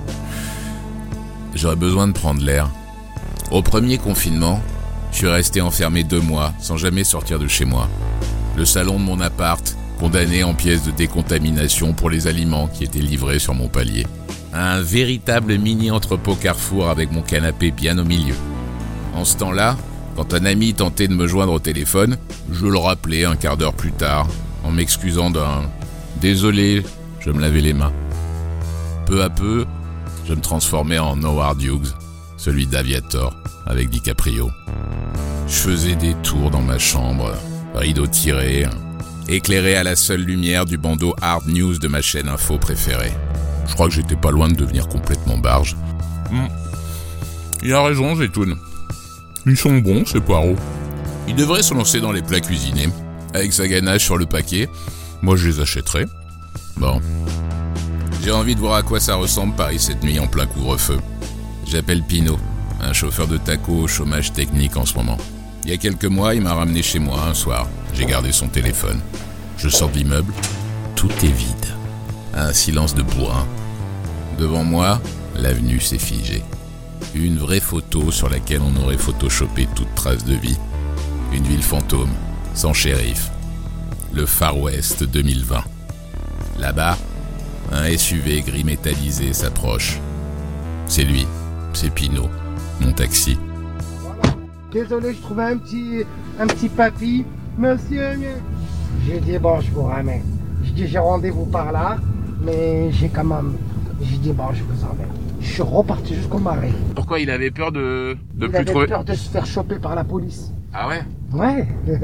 J'aurais besoin de prendre l'air. Au premier confinement, je suis resté enfermé deux mois sans jamais sortir de chez moi. Le salon de mon appart, condamné en pièces de décontamination pour les aliments qui étaient livrés sur mon palier. Un véritable mini-entrepôt Carrefour avec mon canapé bien au milieu. En ce temps-là, quand un ami tentait de me joindre au téléphone, je le rappelais un quart d'heure plus tard, en m'excusant d'un « Désolé, je me lavais les mains ». Peu à peu, je me transformais en Howard Hughes, celui d'Aviator, avec DiCaprio. Je faisais des tours dans ma chambre, rideau tiré, éclairé à la seule lumière du bandeau Hard News de ma chaîne info préférée. Je crois que j'étais pas loin de devenir complètement barge. Mmh. Il a raison, Zetoun. Ils sont bons, ces poireaux. Il devrait se lancer dans les plats cuisinés, avec sa ganache sur le paquet. Moi, je les achèterais. Bon. J'ai envie de voir à quoi ça ressemble Paris cette nuit en plein couvre-feu. J'appelle Pino, un chauffeur de taco au chômage technique en ce moment. Il y a quelques mois, il m'a ramené chez moi un soir. J'ai gardé son téléphone. Je sors de l'immeuble. Tout est vide. Un silence de bourrin. Devant moi, l'avenue s'est figée. Une vraie photo sur laquelle on aurait photoshopé toute trace de vie. Une ville fantôme, sans shérif. Le Far West deux mille vingt. Là-bas, un S U V gris métallisé s'approche. C'est lui, c'est Pino, mon taxi.
Désolé, je trouvais un petit, un petit papy. Monsieur, j'ai dit bon, je vous ramène. Je dis j'ai rendez-vous par là, mais j'ai quand même. J'ai dit bon, je vous emmène. Je suis reparti jusqu'au marais.
Pourquoi il avait peur de, de
il
plus
avait
trouver...
peur de se faire choper par la police.
Ah ouais.
Ouais.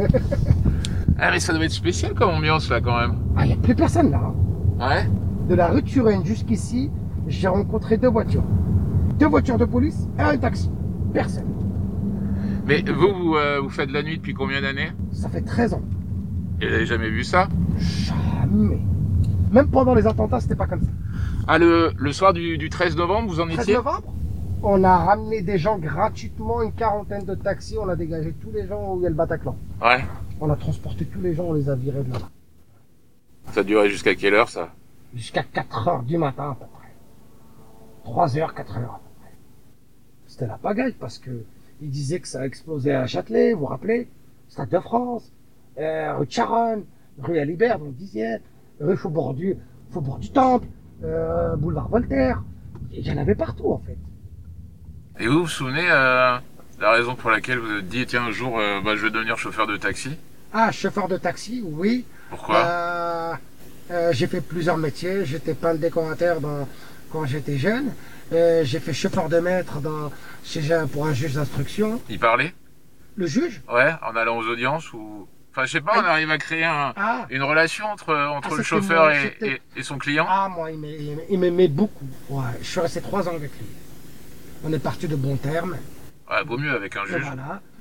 Ah mais ça doit être spécial comme ambiance là quand même.
Ah, il n'y a plus personne là.
Ouais.
De la rue de Turenne jusqu'ici, j'ai rencontré deux voitures. Deux voitures de police et un taxi. Personne.
Mais vous, vous, euh, vous faites de la nuit depuis combien d'années?
Ça fait treize ans.
Et vous n'avez jamais vu ça?
Jamais. Même pendant les attentats, c'était pas comme ça.
Ah, le, le soir du, du treize novembre, vous en
treize
étiez?
novembre, on a ramené des gens gratuitement, une quarantaine de taxis, on a dégagé tous les gens où il y a le Bataclan.
Ouais.
On a transporté tous les gens, on les a virés de là-bas.
Ça durait jusqu'à quelle heure ça?
Jusqu'à quatre heures du matin à peu près. trois heures, quatre heures à peu près. C'était la pagaille parce que ils disaient que ça a explosé à Châtelet, vous vous rappelez? Stade de France, euh, rue de Charonne, rue Alibert, dans le dixième, rue Faubourg du, Faubourg du Temple, euh, boulevard Voltaire. Il y en avait partout en fait.
Et vous vous souvenez euh, la raison pour laquelle vous vous êtes dit tiens un jour euh, bah, je vais devenir chauffeur de taxi?
Ah, chauffeur de taxi, oui.
Pourquoi?
euh, euh, J'ai fait plusieurs métiers. J'étais peintre décorateur dans, quand j'étais jeune. Euh, j'ai fait chauffeur de maître dans, chez un, pour un juge d'instruction.
Il parlait?
Le juge?
Ouais, en allant aux audiences ou... Enfin, je sais pas, on arrive à créer un,
Ah.
une relation entre, entre
Ah,
le
c'était
chauffeur
moi,
et,
c'était-
et, et son client?
Ah, moi, il m'aimait- il m'aimait- il m'aimait beaucoup. Ouais, je suis resté trois ans avec lui. On est parti de bons termes.
Ouais, vaut mieux avec un
Et
juge.
voilà.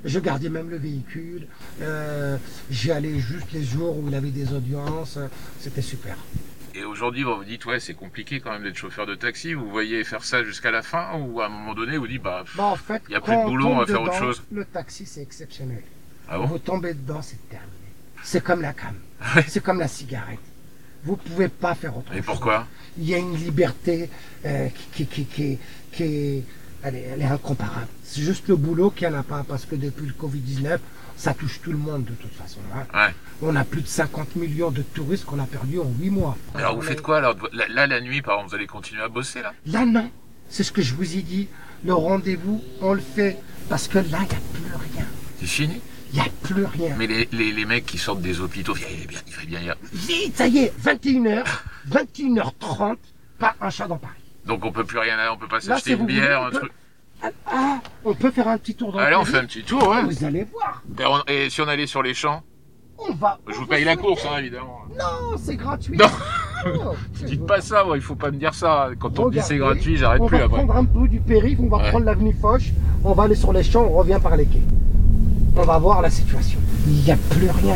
Je gardais même le véhicule. Euh, J'y allais juste les jours où il avait des audiences. C'était super.
Et aujourd'hui, vous vous dites, ouais, c'est compliqué quand même d'être chauffeur de taxi. Vous voyez faire ça jusqu'à la fin ou à un moment donné, vous dites, bah, pff,
Bah, en fait,
il n'y a plus de
quand
boulot,
tombe
on va faire
dedans,
autre chose.
Le taxi, c'est exceptionnel.
Ah bon?
Vous tombez dedans, c'est terminé. C'est comme la cam.
Ouais.
C'est comme la cigarette. Vous pouvez pas faire autre
Et
chose.
pourquoi?
Il y a une liberté euh, qui, qui, qui, qui, qui est, elle est, elle est incomparable. C'est juste le boulot qu'il n'y en a pas, parce que depuis le covid dix-neuf, ça touche tout le monde de toute façon. Hein.
Ouais.
On a plus de cinquante millions de touristes qu'on a perdus en huit mois.
Alors, vous
On
faites
est-
quoi alors? Là, là, la nuit, par exemple, vous allez continuer à bosser là?
Là, non. C'est ce que je vous ai dit. Le rendez-vous, on le fait. Parce que là, il n'y a plus rien.
C'est fini?
Il n'y a plus rien.
Mais les, les, les mecs qui sortent des hôpitaux, il va bien, il va bien y avoir.
Vite, ça y est, vingt et une heures, vingt et une heures trente, pas un chat dans Paris.
Donc on peut plus rien, on peut pas
Là,
s'acheter
si
une
vous
bière,
voulez,
un
on peut-
truc.
Ah, ah, on peut faire un petit tour dans le
Allez, on
pays.
fait un petit tour, ouais.
Vous allez voir.
Et, on- et si on allait sur les champs?
On va.
Je
on
vous
va
paye la
sur-
course, hein, évidemment.
Non, c'est gratuit.
Non.
Oh,
Dites pas ça, moi, il faut pas me dire ça. Quand on me dit c'est
Regardez,
gratuit, j'arrête
on
plus
va
après.
prendre un peu du périph', on va
Ouais.
prendre l'avenue Foch, on va aller sur les champs, on revient par les quais. On va voir la situation. Il n'y a plus rien.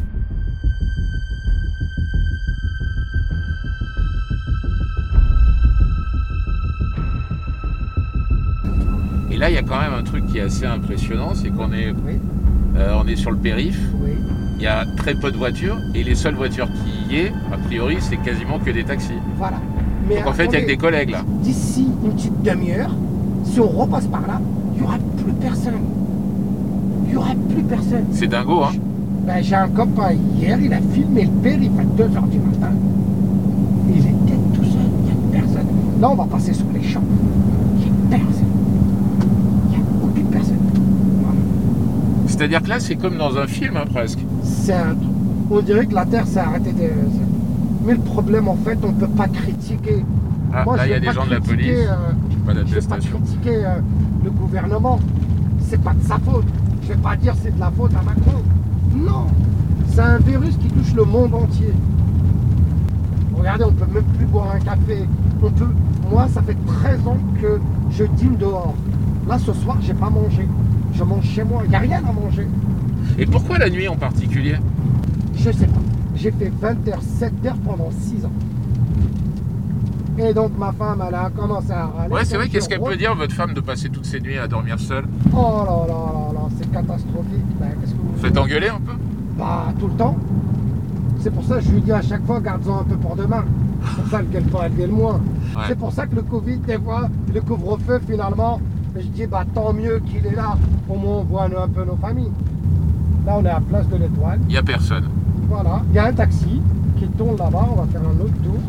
Et là, il y a quand même un truc qui est assez impressionnant, c'est qu'on est,
Oui,
euh, on est sur le périph',
oui.
il y a très peu de voitures, et les seules voitures qui y est, a priori, c'est quasiment que des taxis.
Voilà. Mais
Donc en fait, il y a que
attendez,
des collègues là.
d'ici une petite demi-heure, si on repasse par là, il n'y aura plus personne. Il n'y aura plus personne.
C'est dingo, hein.
Ben, j'ai un copain hier, il a filmé le périph' à deux heures du matin. Il était tout seul, il n'y a personne. Là, on va passer sur les champs. Il n'y a personne. Il n'y a aucune personne. Voilà.
C'est-à-dire que là, c'est comme dans un film, hein, presque.
C'est un... On dirait que la Terre s'est arrêtée de... Mais le problème, en fait, on ne peut pas critiquer.
Ah,
Moi,
là,
je
il y a
vais
des
pas
gens de la
critiquer,
police.
euh,
Pas
Je ne vais pas
d'attestation.
critiquer euh, le gouvernement. C'est pas de sa faute. Je vais pas dire c'est de la faute à Macron. Non. C'est un virus qui touche le monde entier. Regardez, on peut même plus boire un café. On peut. Moi, ça fait treize ans que je dîne dehors. Là, ce soir, j'ai pas mangé. Je mange chez moi. Il n'y a rien à manger.
Et pourquoi la nuit en particulier?
Je sais pas. J'ai fait vingt heures, sept heures pendant six ans. Et donc ma femme, elle a commencé à râler.
Ouais, c'est
Donc,
vrai,
je
qu'est-ce qu'elle
re-
peut dire, votre femme, de passer toutes ces nuits à dormir seule?
Oh là là là là, c'est catastrophique. Ben, qu'est-ce que vous
Vous faites
voulez?
engueuler un peu?
Bah, tout le temps. C'est pour ça que je lui dis à chaque fois, garde-en un peu pour demain. Comme ça, elle gueule pas, elle gueule moins.
Ouais.
C'est pour ça que le Covid, des fois, le couvre-feu, finalement, je dis, bah, tant mieux qu'il est là. Au moins, on voit un peu nos familles. Là, on est à Place de l'Étoile.
Il y a personne.
Voilà. Il y a un taxi qui tourne là-bas. On va faire un autre tour.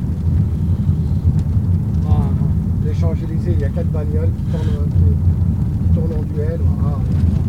Ah, les Champs-Élysées, il y a quatre bagnoles qui tournent, qui, qui tournent en duel. Voilà.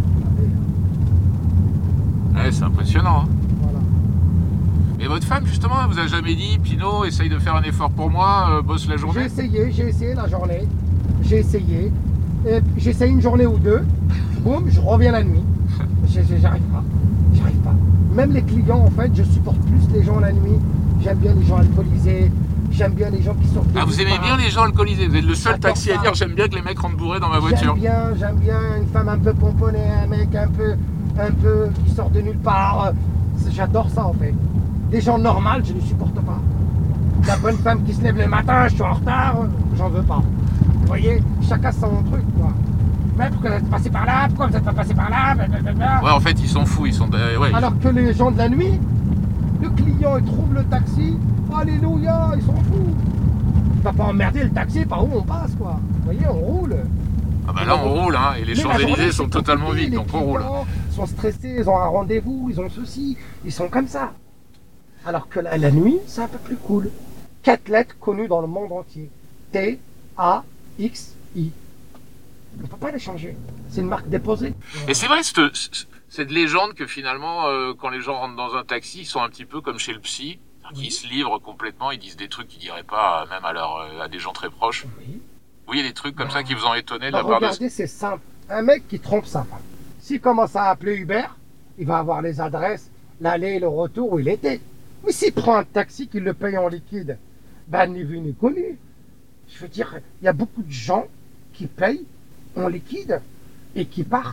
Regardez,
Ouais, c'est impressionnant, hein.
voilà.
Et votre femme, justement, elle vous a jamais dit, Pinot, essaye de faire un effort pour moi, euh, bosse la
J'ai
journée?
essayé, j'ai essayé la journée. J'ai essayé. Et puis, j'essaye une journée ou deux. Boum, je reviens la nuit. J'ai- j'ai- J'arrive pas. J'arrive pas. Même les clients, en fait, je supporte plus les gens la nuit. J'aime bien les gens alcoolisés. J'aime bien les gens qui sortent de
Ah, vous
nulle
aimez
part.
bien les gens alcoolisés? Vous êtes le seul
J'adore
taxi à
ça.
dire, j'aime bien que les mecs rentrent bourrés dans ma voiture.
J'aime bien, j'aime bien une femme un peu pomponnée, un mec un peu, un peu qui sort de nulle part. C'est- J'adore ça en fait. Des gens normaux, je ne supporte pas. La bonne femme qui se lève le matin, je suis en retard, j'en veux pas. Vous voyez, chacun son truc quoi. Mais pourquoi vous êtes passé par là? Pourquoi vous n'êtes pas passé par là? Blablabla.
Ouais, en fait, ils sont fous, ils sont... euh, ouais, ils-
Alors que les gens de la nuit, le client il trouve le taxi, alléluia, ils s'en foutent. Il va pas emmerder le taxi par où on passe quoi. Vous voyez, on roule.
Ah bah là, on roule, hein, et les
Mais la
Champs-Élysées
journée,
sont
c'est
totalement
compliqué,
vides,
les
donc on roule.
clients sont stressés, ils ont un rendez-vous, ils ont ceci, ils sont comme ça. Alors que la, la nuit, c'est un peu plus cool. Quatre lettres connues dans le monde entier. T A X I. On ne peut pas les changer. C'est une marque déposée.
Et c'est vrai, cette, cette légende que finalement, euh, quand les gens rentrent dans un taxi, ils sont un petit peu comme chez le psy, qui
Oui.
se livrent complètement, ils disent des trucs qu'ils diraient pas, euh, même à, leur, euh, à des gens très proches.
Oui.
Oui, il y a des trucs comme ça qui vous ont étonné de
Bah,
la part de...
regardez, c'est simple. Un mec qui trompe sa femme. S'il commence à appeler Uber, il va avoir les adresses, l'aller et le retour où il était. Mais s'il prend un taxi qu'il le paye en liquide, ben ni vu ni connu. Je veux dire, il y a beaucoup de gens qui payent en liquide et qui partent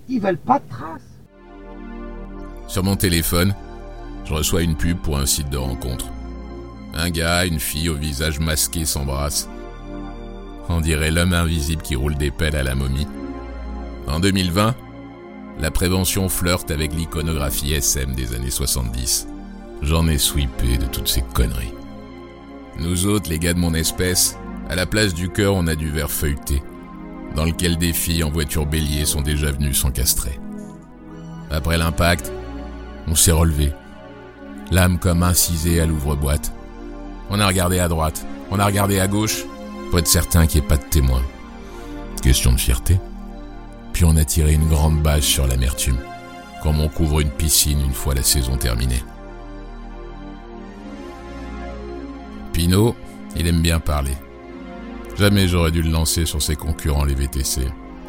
Ils veulent pas de traces.
Sur mon téléphone, je reçois une pub pour un site de rencontre. Un gars, une fille au visage masqué s'embrassent. On dirait l'homme invisible qui roule des pelles à la momie. En deux mille vingt, la prévention flirte avec l'iconographie S M des années soixante-dix. J'en ai sweepé de toutes ces conneries. Nous autres, les gars de mon espèce, à la place du cœur, on a du verre feuilleté, dans lequel des filles en voiture bélier sont déjà venues s'encastrer. Après l'impact, on s'est relevé, l'âme comme incisée à l'ouvre-boîte. On a regardé à droite, on a regardé à gauche, pour être certain qu'il n'y ait pas de témoin. Question de fierté. Puis on a tiré une grande bâche sur l'amertume, comme on couvre une piscine une fois la saison terminée. Pinot, il aime bien parler. Jamais j'aurais dû le lancer sur ses concurrents les V T C.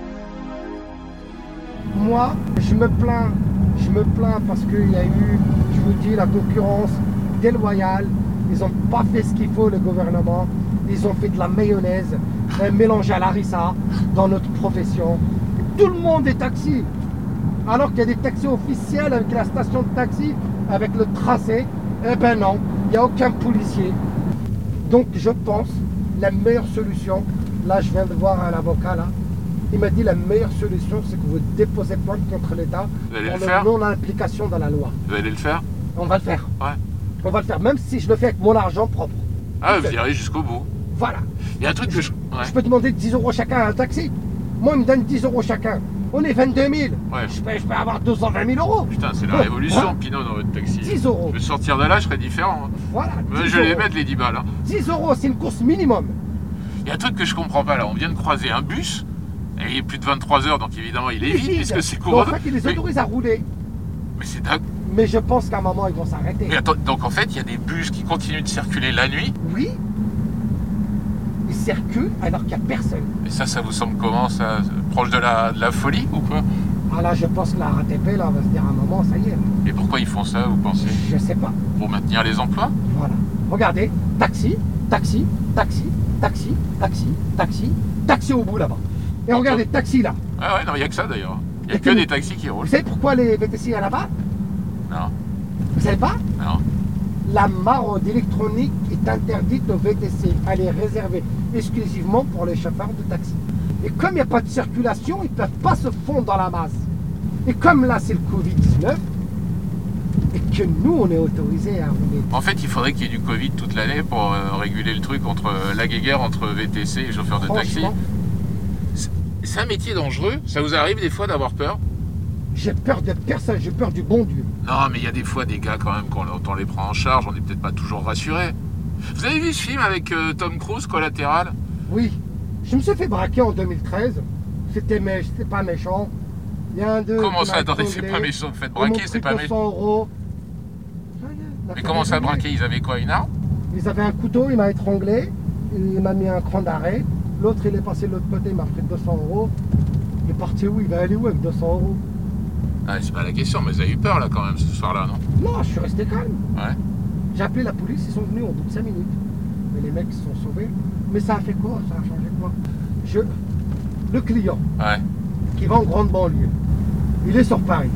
Moi, je me plains. Je me plains parce qu'il y a eu, je vous dis, la concurrence déloyale. Ils n'ont pas fait ce qu'il faut, le gouvernement. Ils ont fait de la mayonnaise, un mélange à l'harissa dans notre profession. Tout le monde est taxi. Alors qu'il y a des taxis officiels avec la station de taxi, avec le tracé. Eh ben non, il n'y a aucun policier. Donc je pense, la meilleure solution, là je viens de voir un avocat là, il m'a dit la meilleure solution c'est que vous déposez plainte contre l'État pour non-application de la loi.
Vous allez le faire?
On va le faire.
Ouais.
On va le faire, même si je le fais avec mon argent propre.
Ah, vous irez jusqu'au bout.
Voilà.
Il y a un truc que je... Ouais.
Je peux demander dix euros chacun à un taxi. Moi, il me donne dix euros chacun. On est vingt-deux mille.
Ouais.
Je, peux, je peux avoir deux cent vingt mille euros.
Putain, c'est la révolution, Pinot, dans votre taxi.
dix euros.
Je veux sortir de là, je serais différent. Hein.
Voilà.
Mais je vais les mettre, les dix balles. Hein.
dix euros, c'est une course minimum.
Il y a un truc que je comprends pas, là. On vient de croiser un bus. Et il est plus de vingt-trois heures, donc évidemment, il est vite, puisque c'est courant.
En fait, ils les autorisent
mais...
à rouler.
Mais c'est dingue.
Mais je pense qu'à un moment, ils vont s'arrêter.
Mais attends, donc en fait, il y a des bus qui continuent de circuler la nuit.
Oui. Ils circulent alors qu'il n'y a personne.
Et ça, ça vous semble comment, ça? Proche de la, de la folie ou quoi?
Ah là, je pense que la R A T P, là, va se dire à un moment, ça y est.
Et pourquoi ils font ça, vous pensez?
Je sais pas.
Pour maintenir les emplois?
Voilà. Regardez, taxi, taxi, taxi, taxi, taxi, taxi, taxi au bout là-bas. Et regardez, taxi là.
Ah ouais, non, il n'y a que ça d'ailleurs. Il n'y a
Et
que
que-
des taxis qui roulent.
Vous savez pourquoi les V T C à là-bas?
Non,
Vous savez pas?
non.
La maraude électronique est interdite aux V T C. Elle est réservée exclusivement pour les chauffeurs de taxi. Et comme il n'y a pas de circulation, ils ne peuvent pas se fondre dans la masse. Et comme là, c'est le Covid dix-neuf, et que nous, on est autorisés à rouler.
En fait, il faudrait qu'il y ait du Covid toute l'année pour euh, réguler le truc entre euh, la guéguerre entre V T C et chauffeurs de taxi.
Franchement,
C'est un métier dangereux. Ça vous arrive des fois d'avoir peur?
j'ai peur de personne, j'ai peur du bon Dieu.
Non, mais il y a des fois des gars quand même, quand on les prend en charge, on n'est peut-être pas toujours rassuré. Vous avez vu ce film avec euh, Tom Cruise, Collatéral?
Oui, je me suis fait braquer en deux mille treize. C'était mé- c'était pas méchant. Il y a un d'eux
Comment
qui
ça?
m'a
Attendez, c'est
étranglé.
pas méchant, vous faites
Ils m'ont
braquer, c'est
pris
pas
deux cents
méchant.
euros.
Mais comment ça, braquer? Ils avaient quoi, une arme?
Ils avaient un couteau, il m'a étranglé, il m'a mis un cran d'arrêt. L'autre, il est passé de l'autre côté, il m'a pris deux cents euros. Il est parti où? Il va aller où avec deux cents euros?
Ah, c'est pas la question, mais vous avez eu peur là quand même ce soir-là, non?
Non, je suis resté calme.
Ouais.
J'ai appelé la police, ils sont venus au bout de cinq minutes. Mais les mecs se sont sauvés. Mais ça a fait quoi? Ça a changé quoi? Je... Le client
Ouais.
qui va en grande banlieue, il est sur Paris.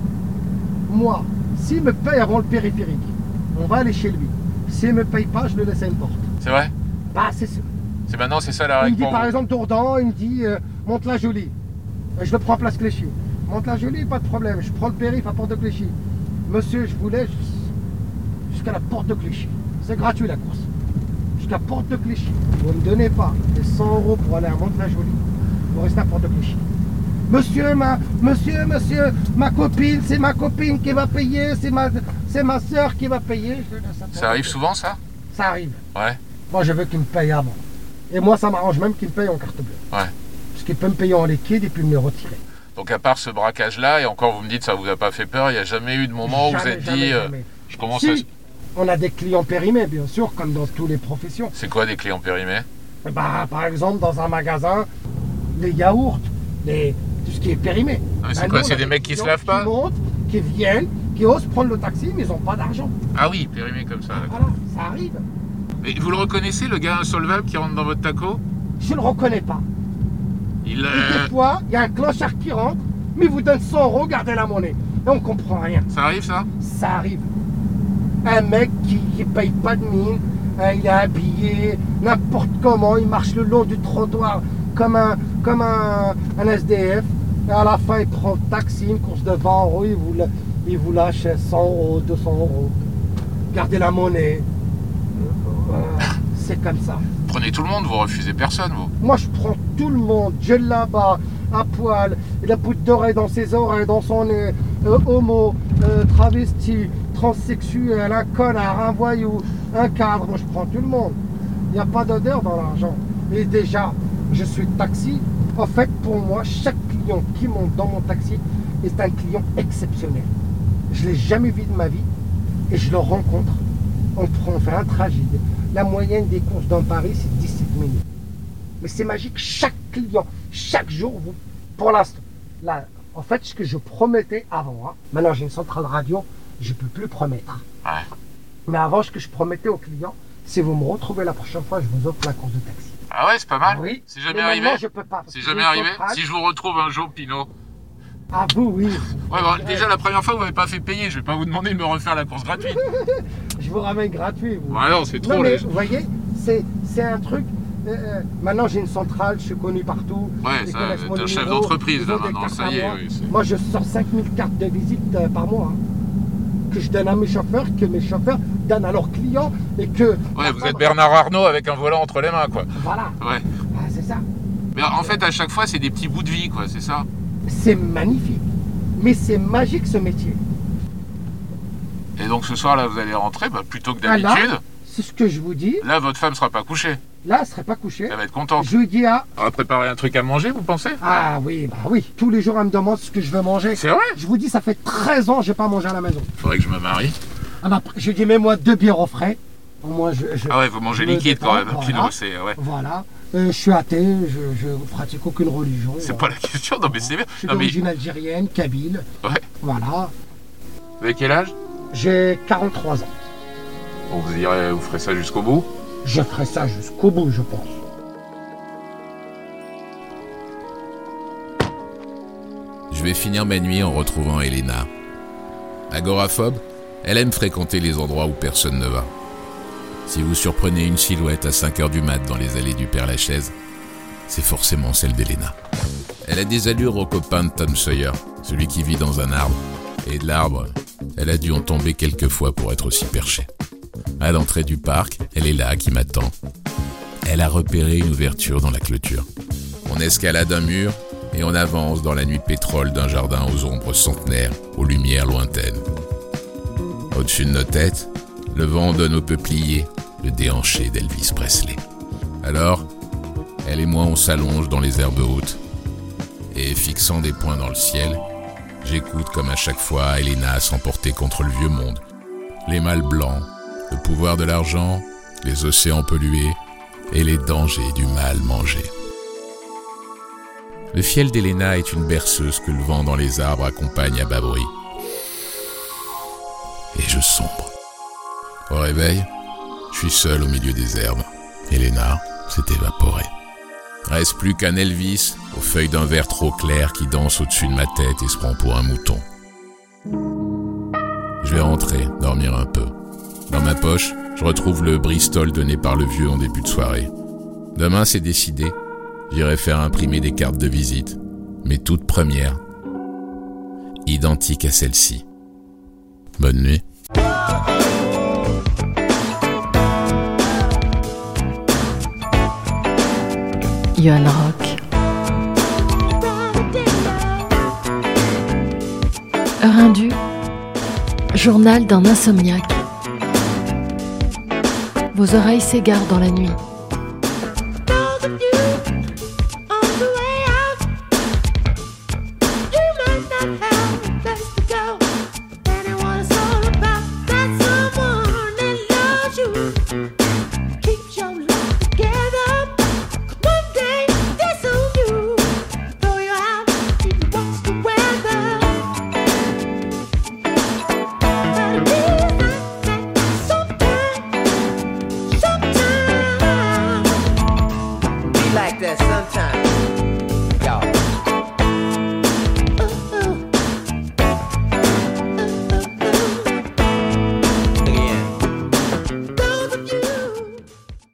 Moi, s'il me paye avant le périphérique, on va aller chez lui. S'il me paye pas, je le laisse à une porte.
C'est vrai?
Bah, c'est sûr.
C'est maintenant, c'est ça la
Il me
règle
dit
pour
par
vous.
exemple Dourdan, il me dit euh, monte la Jolie. Euh, Je le prends à place Cléchy. Monte la Jolie, pas de problème. Je prends le périph' à Porte de Cléchy. Monsieur, je vous laisse jus- jusqu'à la Porte de Cléchy. C'est gratuit la course. Jusqu'à Porte de Cléchy. Vous ne me donnez pas les cent euros pour aller à Monte la Jolie. Vous restez à Porte de Cléchy. Monsieur, ma, monsieur, monsieur, ma copine, c'est ma copine qui va payer, c'est ma, c'est ma soeur qui va payer. Je laisse à Porte
Ça arrive
de-
souvent ça?
Ça arrive.
Ouais.
Moi, je veux qu'il me paye avant. Et moi, ça m'arrange même qu'il me paye en carte bleue.
Ouais.
Parce qu'il peut me payer en liquide et puis me le retirer.
Donc à part ce braquage-là, et encore vous me dites ça vous a pas fait peur, il n'y a jamais eu de moment où vous
Jamais,
êtes
jamais,
dit euh,
jamais.
je commence
Si,
à...
on a des clients périmés, bien sûr, comme dans toutes les professions.
C'est quoi des clients périmés?
Eh ben, par exemple, dans un magasin, les yaourts, les, tout ce qui est périmé.
Ah, mais c'est
Ben,
quoi,
nous, on
c'est
a
des mecs qui se
clients
lavent pas?
Qui montent, qui viennent, qui osent prendre le taxi, mais ils n'ont pas d'argent.
Ah oui, périmés comme ça. d'accord.
Voilà, ça arrive.
Et vous le reconnaissez, le gars insolvable qui rentre dans votre taco?
Je ne le reconnais pas.
Il...
Et
euh,
des fois, il y a un clochard qui rentre, mais il vous donne cent euros, gardez la monnaie. Et on comprend rien.
Ça arrive ça?
Ça arrive. Un mec qui ne paye pas de mine, hein, il est habillé n'importe comment, il marche le long du trottoir comme un, comme un, un S D F. Et à la fin, il prend le taxi, une course de vingt euros, il vous, il vous lâche cent euros, deux cents euros. Gardez la monnaie. Euh, c'est comme ça.
Prenez tout le monde, vous refusez personne, vous.
Moi, je prends tout le monde, je là-bas, à poil, la boucle d'oreille dans ses oreilles, dans son nez, euh, homo, euh, travesti, transsexuel, un connard, un voyou, un cadre. Moi, je prends tout le monde. Il n'y a pas d'odeur dans l'argent. Et déjà, je suis taxi. En fait, pour moi, chaque client qui monte dans mon taxi est un client exceptionnel. Je ne l'ai jamais vu de ma vie et je le rencontre. On prend, on fait un trajet. La moyenne des courses dans Paris, c'est dix-sept minutes. Mais c'est magique, chaque client, chaque jour, vous, pour l'instant. Là, en fait, ce que je promettais avant, hein, maintenant j'ai une centrale radio, je ne peux plus promettre.
Ouais.
Mais avant, ce que je promettais aux clients, c'est vous me retrouvez la prochaine fois, je vous offre la course de taxi.
Ah ouais, c'est pas mal.
Oui.
C'est jamais
Mais
arrivé.
maintenant, je peux pas.
C'est jamais arrivé. Si je vous retrouve un jour, Pinot.
Ah vous, oui.
Ouais, bon, déjà la première fois, vous m'avez pas fait payer. Je vais pas vous demander de me refaire la course gratuite.
Je vous ramène gratuit. Vous.
Ouais, non, c'est trop.
Non, mais
les...
vous voyez, c'est, c'est un truc. Euh, maintenant, j'ai une centrale, je suis connu partout.
Ouais,
Ils
ça,
connaissent mon
t'es un chef
numéro,
d'entreprise
ils
là
ont des
maintenant.
cartes
Ça
à
y est,
moi.
oui. c'est-
Moi, je sors cinq mille cartes de visite euh, par mois. Hein, que je donne à mes chauffeurs, que mes chauffeurs donnent à leurs clients et que.
Ouais, vous êtes Bernard Arnault avec un volant entre les mains, quoi.
Voilà.
Ouais.
Ah, c'est ça.
Mais en fait, à chaque fois, c'est des petits bouts de vie, quoi. C'est ça.
C'est magnifique. Mais c'est magique ce métier.
Et donc ce soir, là, vous allez rentrer, bah, plutôt que
Ah, là,
d'habitude.
c'est ce que je vous dis.
Là, votre femme sera pas couchée.
Là, elle ne serait pas couchée.
Elle va être contente.
Je lui dis ah,
On va préparer un truc à manger, vous pensez?
ah oui, bah oui. Tous les jours, elle me demande ce que je veux manger.
C'est vrai?
Je vous dis, ça fait treize ans que je n'ai pas mangé à la maison.
Faudrait que je me marie.
Ah bah, je lui dis, mets-moi deux bières au frais. Au moins, je, je,
Ah ouais, vous mangez
je me
liquide quand même,
détends,
Pinot,
voilà.
c'est ouais.
Voilà. Euh, je suis athée, je ne pratique aucune religion.
C'est
voilà.
pas la question, non mais c'est bien.
Je suis
Non, mais...
d'origine algérienne, kabyle.
Ouais.
Voilà.
Vous avez quel âge?
J'ai quarante-trois ans.
Bon, vous irez, vous ferez ça jusqu'au bout?
Je ferai ça jusqu'au bout, je pense.
Je vais finir ma nuit en retrouvant Elena. Agoraphobe, elle aime fréquenter les endroits où personne ne va. Si vous surprenez une silhouette à cinq heures du mat dans les allées du Père-Lachaise, c'est forcément celle d'Elena. Elle a des allures au copain de Tom Sawyer, celui qui vit dans un arbre. Et de l'arbre, elle a dû en tomber quelques fois pour être aussi perchée. À l'entrée du parc, elle est là qui m'attend. Elle a repéré une ouverture dans la clôture. On escalade un mur et on avance dans la nuit de pétrole d'un jardin aux ombres centenaires, aux lumières lointaines. Au-dessus de nos têtes, le vent donne aux peupliers le déhanché d'Elvis Presley. Alors, elle et moi on s'allonge dans les herbes hautes et, fixant des points dans le ciel, j'écoute comme à chaque fois Elena s'emporter contre le vieux monde, les mâles blancs, le pouvoir de l'argent, les océans pollués et les dangers du mal mangé. Le fiel d'Elena est une berceuse que le vent dans les arbres accompagne à bas bruit. Et je sombre. Au réveil, je suis seul au milieu des herbes. Elena s'est évaporée. Reste plus qu'un Elvis aux feuilles d'un vert trop clair qui danse au-dessus de ma tête et se prend pour un mouton. Je vais rentrer, dormir un peu. Dans ma poche, je retrouve le Bristol donné par le vieux en début de soirée. Demain, c'est décidé. J'irai faire imprimer des cartes de visite, mais toutes premières, identiques à celle-ci. Bonne nuit.
Yohan Rock. Heure indue, journal d'un insomniaque. Vos oreilles s'égarent dans la nuit.
Like that sometimes.